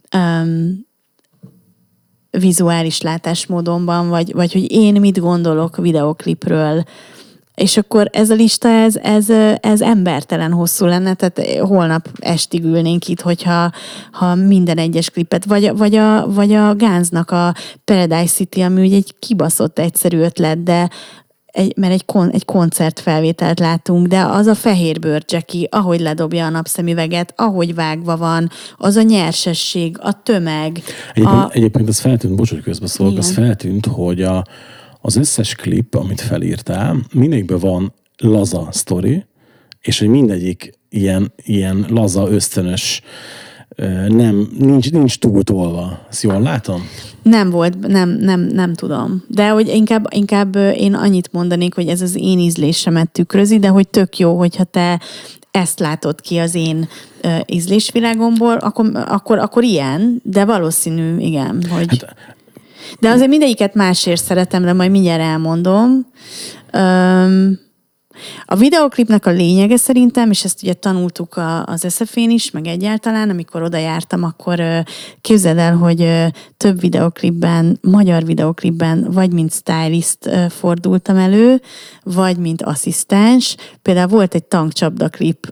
vizuális látásmódomban, vagy hogy én mit gondolok videoklipről. És akkor ez a lista, ez embertelen hosszú lenne, tehát holnap estig ülnénk itt, hogyha minden egyes klipet, vagy a Gunsnak a Paradise City, ami ugye egy kibaszott egyszerű ötlet, de mert egy koncertfelvételt látunk, de az a fehérbőr Jackie, ahogy ledobja a napszemüveget, ahogy vágva van, az a nyersesség, a tömeg. Egyébként az feltűnt, bocsánat, közbeszólok, az feltűnt, hogy az összes klip, amit felírtál, mindegyikben van laza sztori, és hogy mindegyik ilyen laza, ösztönös, nincs túltolva. Ezt jól látom? Nem volt, nem tudom. De hogy inkább én annyit mondanék, hogy ez az én ízlésemet tükrözi, de hogy tök jó, hogyha te ezt látod ki az én ízlésvilágomból, akkor ilyen, de valószínű, igen, hogy... De azért mindegyiket másért szeretem, de majd mindjárt elmondom. A videoklipnek a lényege szerintem, és ezt ugye tanultuk az SF-én is, meg egyáltalán, amikor oda jártam, akkor képzeld el, hogy több videoklipben, magyar videoklipben, vagy mint stylist fordultam elő, vagy mint asszisztens. Például volt egy tankcsapda klip,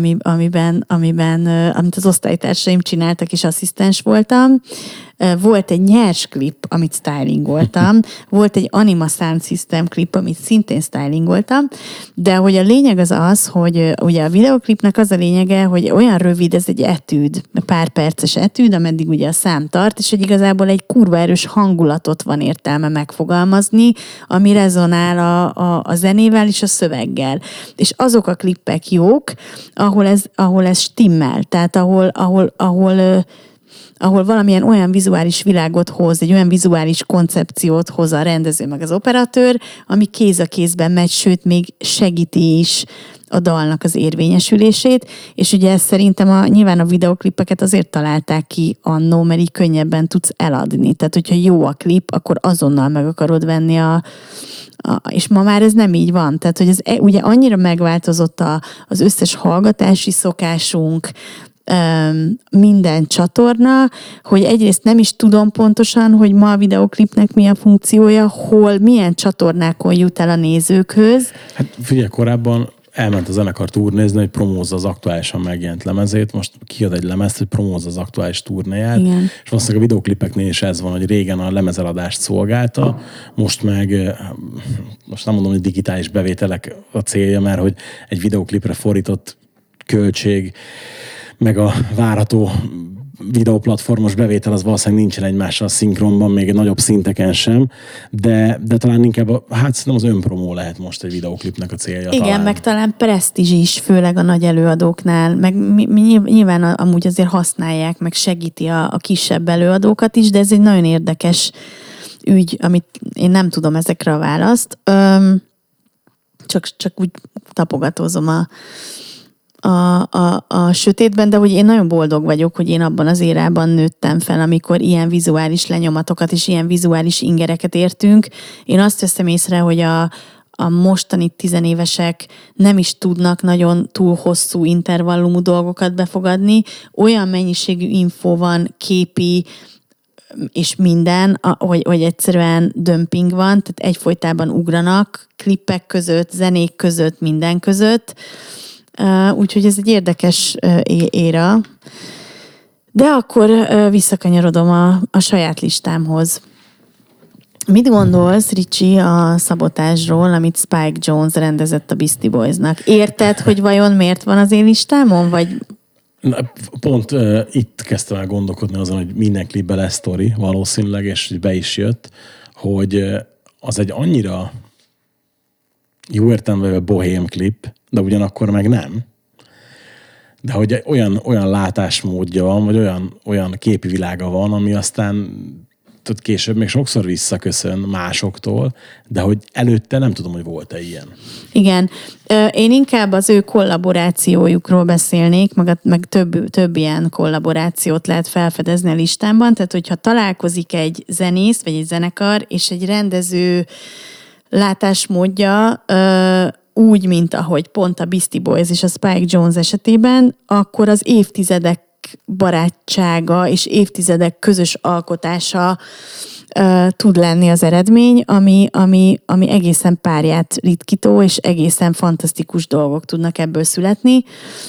amit az osztálytársaim csináltak, és asszisztens voltam. Volt egy nyers klip, amit stylingoltam, volt egy Anima Sound System klip, amit szintén stylingoltam, de hogy a lényeg az, hogy ugye a videoklipnek az a lényege, hogy olyan rövid, ez egy etűd, pár perces etűd, ameddig ugye a szám tart, és hogy igazából egy kurva erős hangulatot van értelme megfogalmazni, ami rezonál a zenével és a szöveggel. És azok a klippek jók, ahol ez stimmel, tehát ahol valamilyen olyan vizuális világot hoz, egy olyan vizuális koncepciót hoz a rendező meg az operatőr, ami kéz a kézben megy, sőt, még segíti is a dalnak az érvényesülését, és ugye ezt szerintem nyilván a videoklipeket azért találták ki annó, mert így könnyebben tudsz eladni. Tehát, hogyha jó a klip, akkor azonnal meg akarod venni és ma már ez nem így van. Tehát, hogy ez ugye annyira megváltozott az összes hallgatási szokásunk, minden csatorna, hogy egyrészt nem is tudom pontosan, hogy ma a videoklipnek mi a funkciója, hol, milyen csatornákon jut el a nézőkhöz. Hát figyelj, korábban elment a zenekar turnézni, hogy promózza az aktuálisan megjelent lemezét, most kiad egy lemezt, hogy promózza az aktuális turnéját, igen. És valószínűleg a videoklipeknél is ez van, hogy régen a lemezeladást szolgálta, most meg, most nem mondom, hogy digitális bevételek a célja, mert hogy egy videoklipre fordított költség, meg a várható videóplatformos bevétel az valószínűleg nincsen egymással szinkronban, még nagyobb szinteken sem, de talán inkább szerintem az önpromó lehet most egy videóklipnek a célja. Igen, talán. meg talán presztízs is, főleg a nagy előadóknál, meg nyilván amúgy azért használják, meg segíti a kisebb előadókat is, de ez egy nagyon érdekes ügy, amit én nem tudom ezekre a választ. Csak úgy tapogatózom a sötétben, de hogy én nagyon boldog vagyok, hogy én abban az érában nőttem fel, amikor ilyen vizuális lenyomatokat és ilyen vizuális ingereket értünk. Én azt veszem észre, hogy a mostani tizenévesek nem is tudnak nagyon túl hosszú intervallumú dolgokat befogadni. Olyan mennyiségű info van, képi, és minden, hogy egyszerűen dömping van, tehát egyfolytában ugranak klippek között, zenék között, minden között. Úgyhogy ez egy érdekes éra. De akkor visszakanyarodom a saját listámhoz. Mit gondolsz, Ricsi, a szabotásról, amit Spike Jonze rendezett a Beastie Boysnak? Érted, hogy vajon miért van az én listámon, vagy... Pont itt kezdtem el gondolkodni azon, hogy minden klipben lesz sztori valószínűleg, és be is jött, hogy az egy annyira jó értelemben bohém klip, de ugyanakkor meg nem. De hogy olyan látásmódja van, vagy olyan képi világa van, ami aztán később még sokszor visszaköszön másoktól, de hogy előtte nem tudom, hogy volt-e ilyen. Igen. Én inkább az ő kollaborációjukról beszélnék, meg több ilyen kollaborációt lehet felfedezni a listámban, tehát hogyha találkozik egy zenész, vagy egy zenekar, és egy rendező látásmódja úgy, mint ahogy pont a Beastie Boys és a Spike Jonze esetében, akkor az évtizedek barátsága és évtizedek közös alkotása tud lenni az eredmény, ami egészen párját ritkító, és egészen fantasztikus dolgok tudnak ebből születni.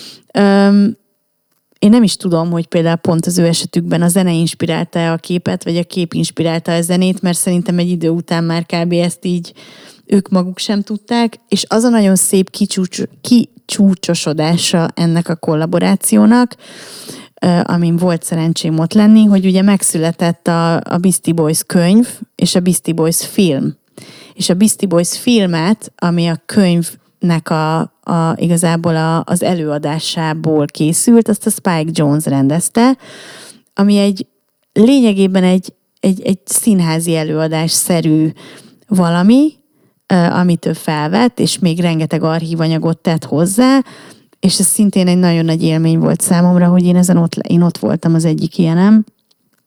Én nem is tudom, hogy például pont az ő esetükben a zene inspirálta a képet, vagy a kép inspirálta a zenét, mert szerintem egy idő után már kb. Ezt így ők maguk sem tudták, és az a nagyon szép kicsúcsosodása ennek a kollaborációnak, amin volt szerencsém ott lenni, hogy ugye megszületett a Beastie Boys könyv, és a Beastie Boys film. És a Beastie Boys filmet, ami a könyvnek igazából az előadásából készült, azt a Spike Jonze rendezte, ami lényegében egy színházi előadás-szerű valami, amit ő felvett, és még rengeteg archívanyagot tett hozzá, és ez szintén egy nagyon nagy élmény volt számomra, hogy én ott voltam az egyik ilyenem.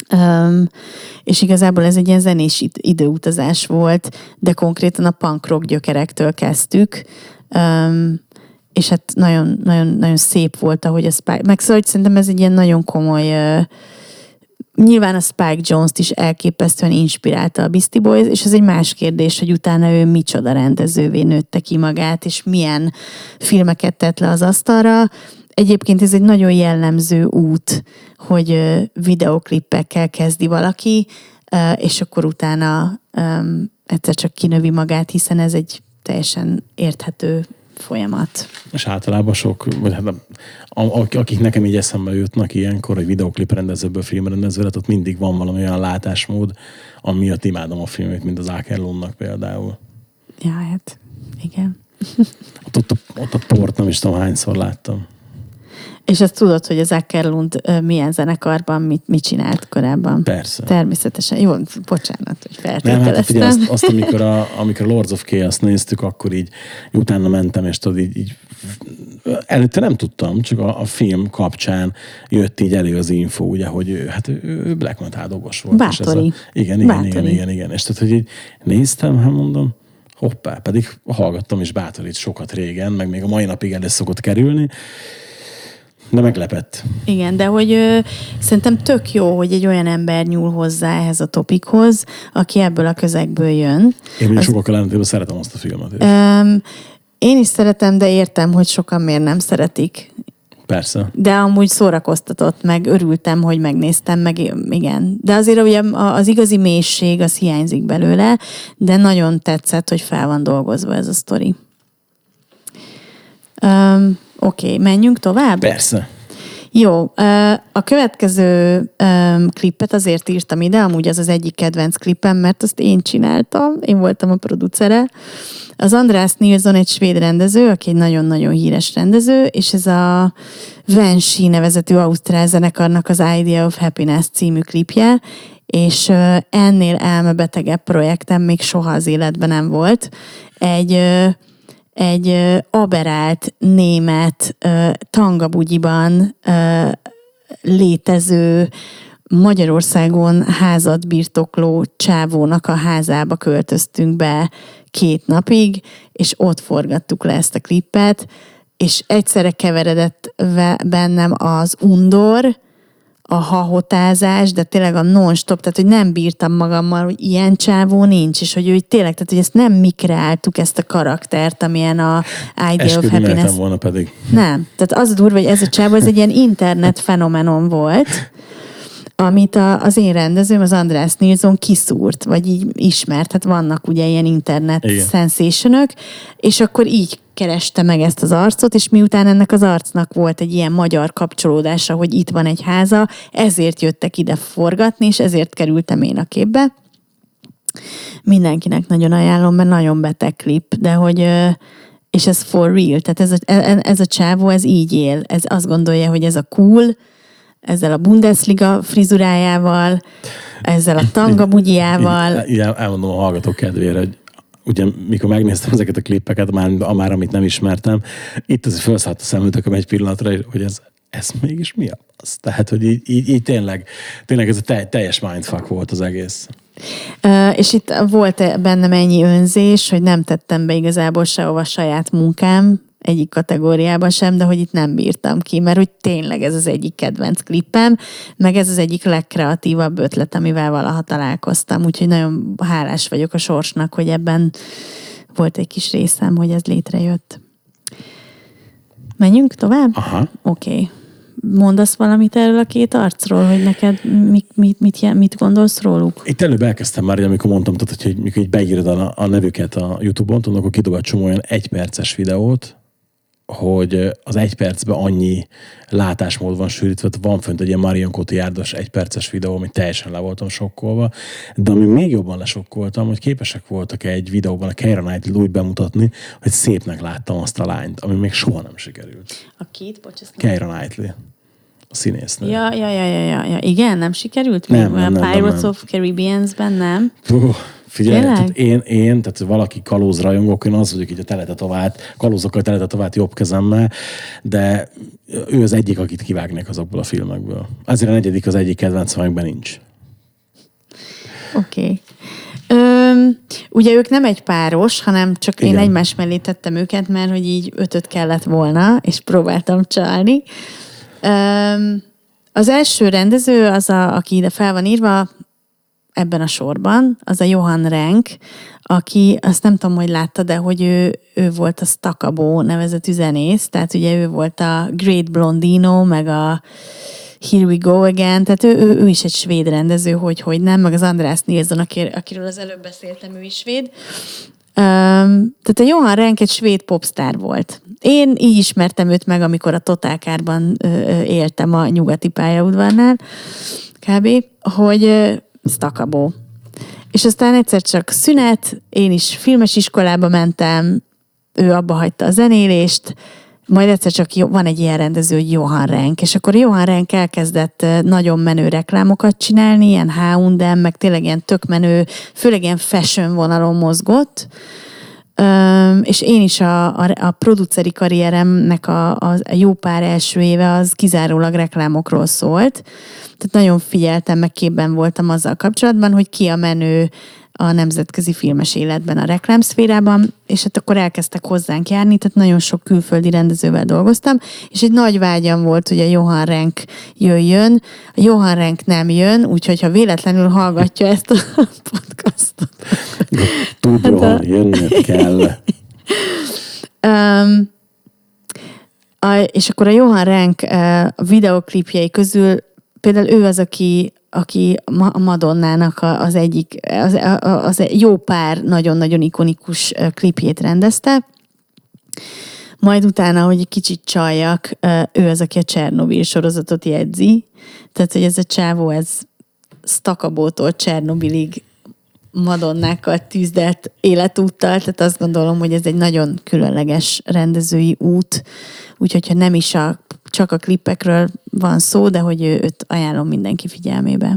És igazából ez egy ilyen zenés időutazás volt, de konkrétan a punk rock gyökerektől kezdtük, és hát nagyon, nagyon, nagyon szép volt, ahogy a Spike, meg szóval, hogy szerintem ez egy ilyen nagyon komoly, nyilván a Spike Jonze-t is elképesztően inspirálta a Beastie Boys, és ez egy más kérdés, hogy utána ő micsoda rendezővé nőtte ki magát, és milyen filmeket tett le az asztalra. Egyébként ez egy nagyon jellemző út, hogy videoklippekkel kezdi valaki, és akkor utána egyszer csak kinövi magát, hiszen ez egy teljesen érthető folyamat. És általában sok, vagy hát akik nekem így eszembe jutnak ilyenkor, hogy videoklip rendezőből filmrendező lett, ott mindig van valami olyan látásmód, ami miatt imádom a filmét, mint az Ákerlónnak például. Ja, hát igen. Ott a Port nem is tudom hányszor láttam. És azt tudod, hogy az Åkerlund milyen zenekarban mit csinált korábban? Persze. Természetesen. Jó, bocsánat, hogy feltételeztem. Nem, hát ugye azt amikor Lords of Chaos néztük, akkor így utána mentem, és tudod, így előtte nem tudtam, csak a film kapcsán jött így elő az info, ugye, hogy ő black metal dobos volt. Bátori. Igen. És tehát, hogy így néztem, hát mondom, hoppá, pedig hallgattam is Bátorit sokat régen, meg még a mai napig elő szokott kerülni, de meglepett. Igen, de hogy szerintem tök jó, hogy egy olyan ember nyúl hozzá ehhez a topikhoz, aki ebből a közegből jön. Én sokkal ellentétben szeretem azt a filmet. Én is szeretem, de értem, hogy sokan miért nem szeretik. Persze. De amúgy szórakoztatott, meg örültem, hogy megnéztem, meg igen. De azért ugye az igazi mélység, az hiányzik belőle, de nagyon tetszett, hogy fel van dolgozva ez a sztori. Oké, menjünk tovább? Persze. Jó, a következő klippet azért írtam ide, amúgy az egyik kedvenc klippem, mert azt én csináltam, én voltam a producere. Az András Nilsson egy svéd rendező, aki egy nagyon-nagyon híres rendező, és ez a Vanshi nevezetű ausztrál zenekarnak az Idea of Happiness című klipje, és ennél elmebetegebb projektem még soha az életben nem volt. Egy aberált német tangabugyiban létező Magyarországon házat birtokló csávónak a házába költöztünk be 2 napig, és ott forgattuk le ezt a klippet, és egyszerre keveredett bennem az undor, a hahotázás, de tényleg a non-stop, tehát hogy nem bírtam magammal, hogy ilyen csávó nincs, és hogy ő tényleg, tehát hogy ezt nem mi kreáltuk, ezt a karaktert, amilyen a Idea of Happiness. Volna pedig. Nem. Tehát az durva, hogy ez a csávó, ez egy ilyen internet fenomenon volt, amit az én rendezőm, az András Nilsson kiszúrt, vagy így ismert. Hát vannak ugye ilyen internet sensationök, és akkor így kereste meg ezt az arcot, és miután ennek az arcnak volt egy ilyen magyar kapcsolódása, hogy itt van egy háza, ezért jöttek ide forgatni, és ezért kerültem én a képbe. Mindenkinek nagyon ajánlom, mert nagyon beteg klip, de hogy és ez for real, tehát ez a csávó, ez így él, ez azt gondolja, hogy ez a cool, ezzel a Bundesliga frizurájával, ezzel a tangabugyiával. Igen, elmondom a hallgatók kedvére, hogy ugye mikor megnéztem ezeket a klippeket, már amit nem ismertem, itt azért felszállt a szemültököm egy pillanatra, hogy ez mégis mi az? Tehát, hogy így tényleg ez a teljes mindfuck volt az egész. És itt volt bennem ennyi önzés, hogy nem tettem be igazából sehova saját munkám, egyik kategóriában sem, de hogy itt nem bírtam ki, mert hogy tényleg ez az egyik kedvenc klippem, meg ez az egyik legkreatívabb ötlet, amivel valaha találkoztam, úgyhogy nagyon hálás vagyok a sorsnak, hogy ebben volt egy kis részem, hogy ez létrejött. Menjünk tovább? Aha. Oké. Mondasz valamit erről a 2 arcról, hogy neked mit gondolsz róluk? Itt előbb elkezdtem már, amikor mondtam, hogy mikor így beírod a nevüket a YouTube-on, tudod, akkor kidob egy csomó olyan 1 perces videót, hogy az 1 percben annyi látásmód van sűrítve, van fönt egy ilyen Marion Cotillard-os 1 perces videó, amit teljesen le voltam sokkolva, de ami még jobban lesokkoltam, hogy képesek voltak egy videóban a Keira Knightley úgy bemutatni, hogy szépnek láttam azt a lányt, ami még soha nem sikerült. A két, Keira Knightley. A színésznő. Ja. Igen, nem sikerült? Nem. Pirates of Caribbeans-ben nem? Figyelj, tehát én, tehát valaki kalóz rajongók, én az vagyok így kalózokkal teletetovált jobb kezemmel, de ő az egyik, akit kivágnék azokból a filmekből. Azért a negyedik az egyik kedvenc, amikben nincs. Oké. Ugye ők nem egy páros, hanem csak én egymás mellé tettem őket, mert hogy így 5 kellett volna, és próbáltam csalni. Az első rendező, aki ide fel van írva, ebben a sorban, az a Johan Renck, aki, azt nem tudom, hogy látta, de hogy ő volt a Stakabo nevezetű zenész, tehát ugye ő volt a Great Blondino, meg a Here We Go Again, tehát ő is egy svéd rendező, hogy nem, meg az András Nilsson, akiről az előbb beszéltem, ő is svéd. Tehát a Johan Renck egy svéd popstar volt. Én így ismertem őt meg, amikor a Totálkárban éltem a nyugati pályaudvarnál, kb., hogy Stakabo. És aztán egyszer csak szünet, én is filmes iskolába mentem, ő abba hagyta a zenélést, majd egyszer csak van egy ilyen rendező, hogy Johan Renck, és akkor Johan Renck elkezdett nagyon menő reklámokat csinálni, ilyen H&M, meg tényleg ilyen tök menő, főleg ilyen fashion vonalon mozgott, és én is a produceri karrieremnek a jó pár első éve az kizárólag reklámokról szólt. Tehát nagyon figyeltem, meg képben voltam azzal kapcsolatban, hogy ki a menő a nemzetközi filmes életben, a reklámszférában, és hát akkor elkezdtek hozzánk járni, tehát nagyon sok külföldi rendezővel dolgoztam, és egy nagy vágyam volt, hogy a Johan Renck jöjjön. A Johan Renck nem jön, úgyhogy ha véletlenül hallgatja ezt a podcastot. Tudom, jönnöd kell. És akkor a Johan Renck a videoklipjei közül például ő az, aki a Madonnának az egyik, az jó pár nagyon-nagyon ikonikus klipjét rendezte. Majd utána, hogy egy kicsit csaljak, ő az, aki a Csernobil sorozatot jegyzi. Tehát, hogy ez a csávó, ez Stakabótól Csernobilig Madonnákkal tűzdelt életúttal, tehát azt gondolom, hogy ez egy nagyon különleges rendezői út, úgyhogy ha nem is csak a klippekről van szó, de hogy őt ajánlom mindenki figyelmébe.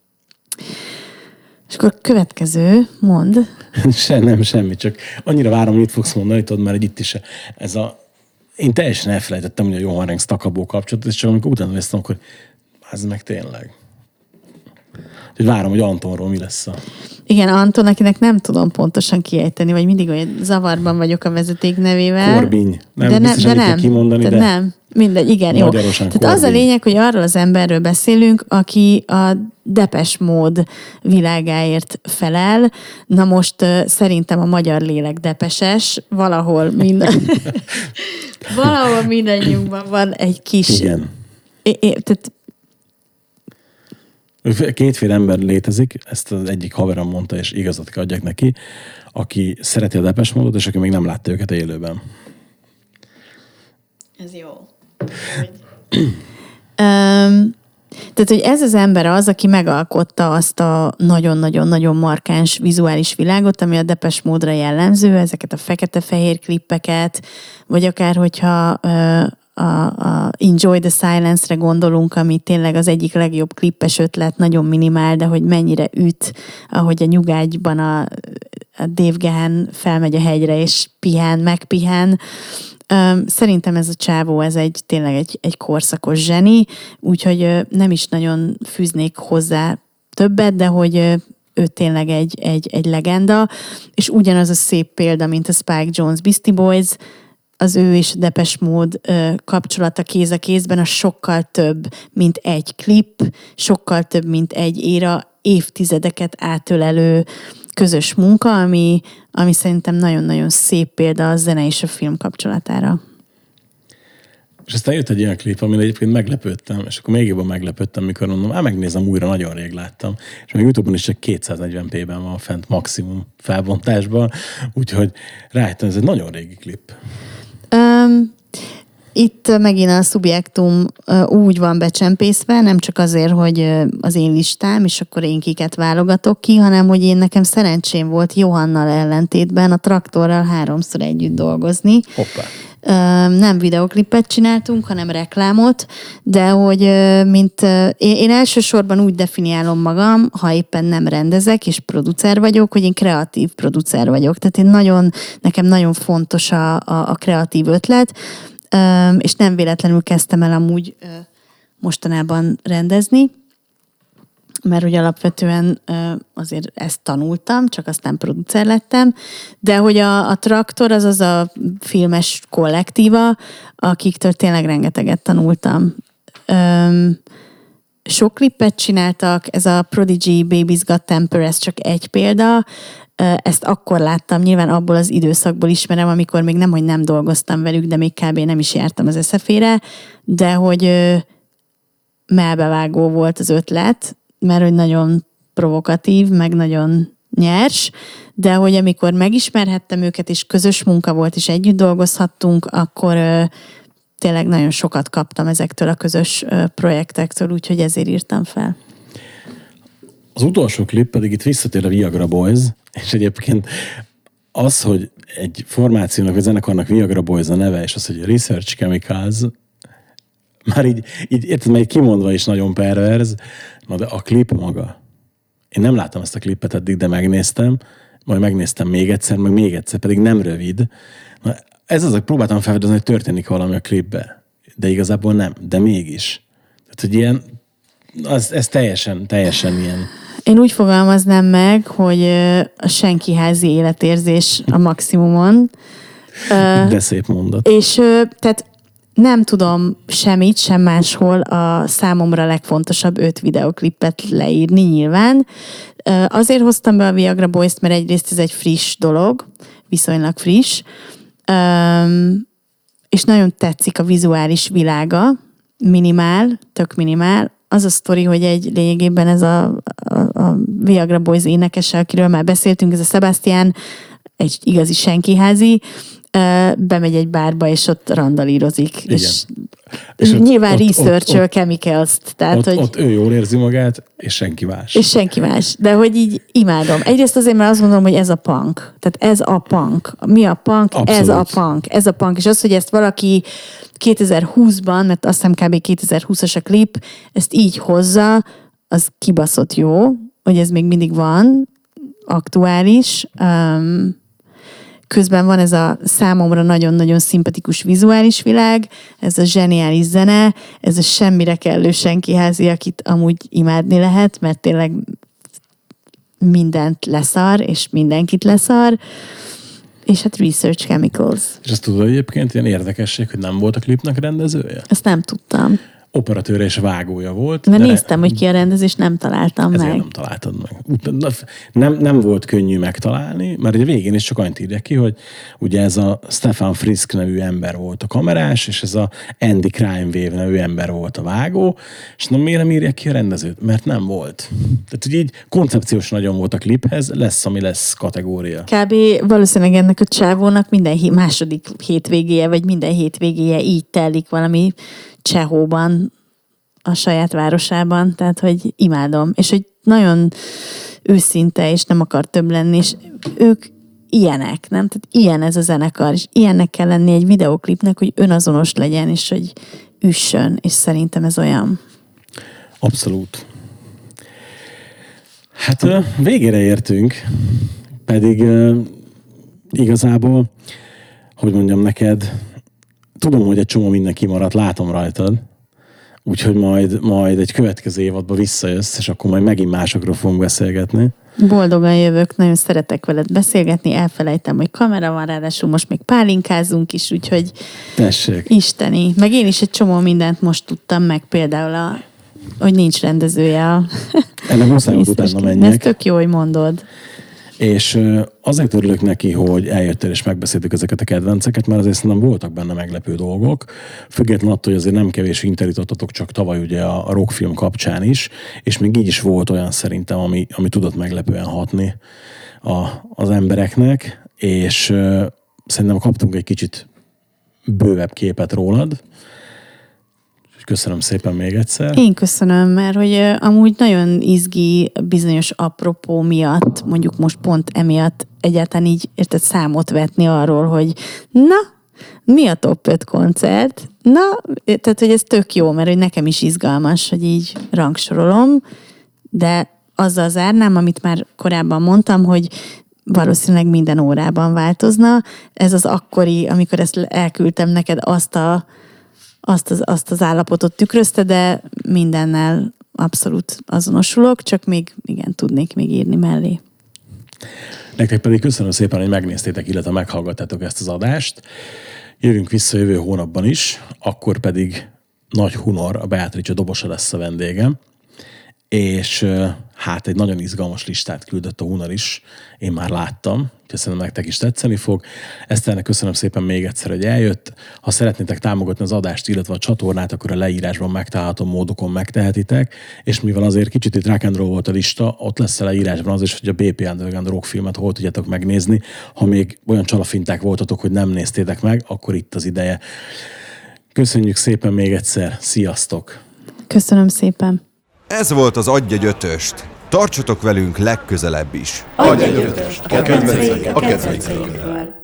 És akkor következő, mond. Nem, semmi, csak annyira várom, mit fogsz mondani, tudod, mert itt is én teljesen elfelejtettem, hogy a Johan Renck Stakabo kapcsolatot, és csak amikor utána néztem, akkor ez meg tényleg. Úgyhogy várom, hogy Antonról mi lesz Igen, Anton, akinek nem tudom pontosan kiejteni, vagy mindig olyan zavarban vagyok a vezeték nevével. Korbiny. Nem, de nem. Kimondani, de nem. Mindegy, igen, jó. Tehát az a lényeg, hogy arról az emberről beszélünk, aki a Depeche Mode világáért felel. Na most szerintem a magyar lélek depeses, valahol mindannyiunkban van egy kis... Igen. Tehát kétféle ember létezik, ezt az egyik haverom mondta, és igazat kell adjak neki, aki szereti a Depeche Mode-ot, és aki még nem látta őket élőben. Ez jó. Tehát, hogy ez az ember az, aki megalkotta azt a nagyon-nagyon-nagyon markáns vizuális világot, ami a Depeche Mode-ra jellemző, ezeket a fekete-fehér klippeket, vagy akár, hogyha a Enjoy the Silence-re gondolunk, ami tényleg az egyik legjobb klippes ötlet, nagyon minimál, de hogy mennyire üt, ahogy a nyugágyban a Dave Gahan felmegy a hegyre, és megpihen. Szerintem ez a csávó, ez tényleg egy korszakos zseni, úgyhogy nem is nagyon fűznék hozzá többet, de hogy ő tényleg egy legenda, és ugyanaz a szép példa, mint a Spike Jonze Beastie Boys, az ő és a Depeche Mode kapcsolata kéz a kézben, az sokkal több, mint egy klip, sokkal több, mint egy éra, évtizedeket átölelő közös munka, ami szerintem nagyon-nagyon szép példa a zene és a film kapcsolatára. És aztán jött egy ilyen klip, amin egyébként meglepődtem, és akkor még jobban meglepődtem, mikor mondom, megnézem újra, nagyon rég láttam. És a YouTube-on is csak 240p-ben van fent maximum felbontásban, úgyhogy rájöttem, ez egy nagyon régi klip. Itt megint a szubjektum úgy van becsempészve, nem csak azért, hogy az én listám, és akkor én kiket válogatok ki, hanem hogy én nekem szerencsém volt Johannal ellentétben a Traktorral 3-szor együtt dolgozni. Hoppá. Nem videoklipet csináltunk, hanem reklámot, de hogy én elsősorban úgy definiálom magam, ha éppen nem rendezek, és producer vagyok, hogy én kreatív producer vagyok. Tehát nekem nagyon fontos a kreatív ötlet, és nem véletlenül kezdtem el amúgy mostanában rendezni. mert hogy alapvetően azért ezt tanultam, csak aztán producer lettem, de hogy a Traktor az a filmes kollektíva, akiktől tényleg rengeteget tanultam. Sok klippet csináltak, ez a Prodigy Babies Got Temper, ez csak egy példa, ezt akkor láttam, nyilván abból az időszakból ismerem, amikor még nem dolgoztam velük, de még kb. Nem is jártam az SZF-ére, de hogy melbevágó volt az ötlet, mert hogy nagyon provokatív, meg nagyon nyers, de hogy amikor megismerhettem őket, és közös munka volt, és együtt dolgozhattunk, akkor tényleg nagyon sokat kaptam ezektől a közös projektektől, úgyhogy ezért írtam fel. Az utolsó klip pedig itt visszatér a Viagra Boys, és egyébként az, hogy egy formációnak, vagy zenekarnak Viagra Boys a neve, és az, hogy Research Chemicals, már így érted, mert kimondva is nagyon perverz, na de a klip maga. Én nem láttam ezt a klipet eddig, de megnéztem, majd megnéztem még egyszer, meg még egyszer, pedig nem rövid. Na, ez az, hogy próbáltam felfedezni, hogy történik valami a klipbe, de igazából nem, de mégis. Tehát, hogy ilyen, ez teljesen ilyen. Én úgy fogalmaznám meg, hogy a senkiházi életérzés a maximumon. De szép mondat. És tehát nem tudom semmit, sem máshol a számomra legfontosabb 5 videoklipet leírni nyilván. Azért hoztam be a Viagra Boys-t, mert egyrészt ez egy friss dolog, viszonylag friss, és nagyon tetszik a vizuális világa, minimál, tök minimál. Az a sztori, hogy lényegében ez a Viagra Boys énekese, akiről már beszéltünk, ez a Sebastian, egy igazi senkiházi, bemegy egy bárba, és ott randalírozik. Igen. És nyilván research chemicals-t. Tehát, ott ő jól érzi magát, és senki más. És senki más. De hogy így imádom. Egyrészt azért, mert azt mondom, hogy ez a punk. Tehát ez a punk. Mi a punk? Abszolút. Ez a punk. Ez a punk. És az, hogy ezt valaki 2020-ban, mert azt hiszem kb. 2020-as a klip, ezt így hozza, az kibaszott jó, hogy ez még mindig van, aktuális. Közben van ez a számomra nagyon-nagyon szimpatikus vizuális világ, ez a zseniális zene, ez a semmire kellő senkiházi, akit amúgy imádni lehet, mert tényleg mindent leszar, és mindenkit leszar, és hát Research Chemicals. És azt tudod egyébként, ilyen érdekesség, hogy nem volt a klipnek rendezője? Ezt nem tudtam. Operatőre és vágója volt. Mert néztem, hogy ki a rendezés, nem találtam ezért meg. nem találtad meg. Nem volt könnyű megtalálni, mert a végén is csak annyit írják ki, hogy ugye ez a Stefan Frisk nevű ember volt a kamerás, és ez a Andy Crimewave nevű ember volt a vágó, és miért nem írják ki a rendezőt? Mert nem volt. Tehát ugye így koncepciós nagyon volt a kliphez, lesz, ami lesz kategória. Kb. Valószínűleg ennek a csávónak minden második hétvégéje, vagy minden hétvégéje így telik valami Csehóban, a saját városában, tehát, hogy imádom. És hogy nagyon őszinte, és nem akar több lenni, és ők ilyenek, nem? Tehát ilyen ez a zenekar, és ilyennek kell lenni egy videoklipnek, hogy önazonos legyen, és hogy üssön, és szerintem ez olyan. Abszolút. Hát végére értünk, pedig igazából, hogy mondjam neked, tudom, hogy egy csomó minden kimaradt, látom rajtad, úgyhogy majd egy következő évadban visszajössz, és akkor majd megint másokról fogunk beszélgetni. Boldogan jövök, nagyon szeretek veled beszélgetni, elfelejtem, hogy kamera van, ráadásul most még pálinkázunk is, úgyhogy tessék. Isteni. Meg én is egy csomó mindent most tudtam meg, például hogy nincs rendezője a... Ennek muszáj, hogy utána menjek. Ez tök jó, hogy mondod. És azért örülök neki, hogy eljöttél és megbeszéltük ezeket a kedvenceket, mert azért szerintem voltak benne meglepő dolgok. Függetlenül attól, hogy azért nem kevés interjút adtatok csak tavaly ugye a rockfilm kapcsán is, és még így is volt olyan szerintem, ami tudott meglepően hatni az embereknek, és szerintem kaptunk egy kicsit bővebb képet rólad. Köszönöm szépen még egyszer. Én köszönöm, mert hogy amúgy nagyon izgi bizonyos apropó miatt, mondjuk most pont emiatt egyáltalán így érted számot vetni arról, hogy na, mi a top 5 koncert? Na, tehát hogy ez tök jó, mert hogy nekem is izgalmas, hogy így rangsorolom, de azzal zárnám, amit már korábban mondtam, hogy valószínűleg minden órában változna. Ez az akkori, amikor ezt elküldtem neked, azt az állapotot tükrözte, de mindennel abszolút azonosulok, csak még igen, tudnék még írni mellé. Nektek pedig köszönöm szépen, hogy megnéztétek, illetve meghallgattátok ezt az adást. Jövünk vissza jövő hónapban is, akkor pedig Nagy Hunor, a Beatrice dobosa lesz a vendégem, és hát egy nagyon izgalmas listát küldött a Hunor is, én már láttam, úgyhogy szerintem nektek is tetszeni fog. Eszternek köszönöm szépen még egyszer, hogy eljött. Ha szeretnétek támogatni az adást, illetve a csatornát, akkor a leírásban megtalálható módokon megtehetitek, és mivel azért kicsit itt rock and roll volt a lista, ott lesz a leírásban az is, hogy a BP Underground Rock filmet hol tudjátok megnézni. Ha még olyan csalafinták voltatok, hogy nem néztétek meg, akkor itt az ideje. Köszönjük szépen még egyszer, sziasztok! Köszönöm szépen! Ez volt az Adj egy ötöst. Tartsatok velünk legközelebb is. Adj egy ötöst a kedvencekről.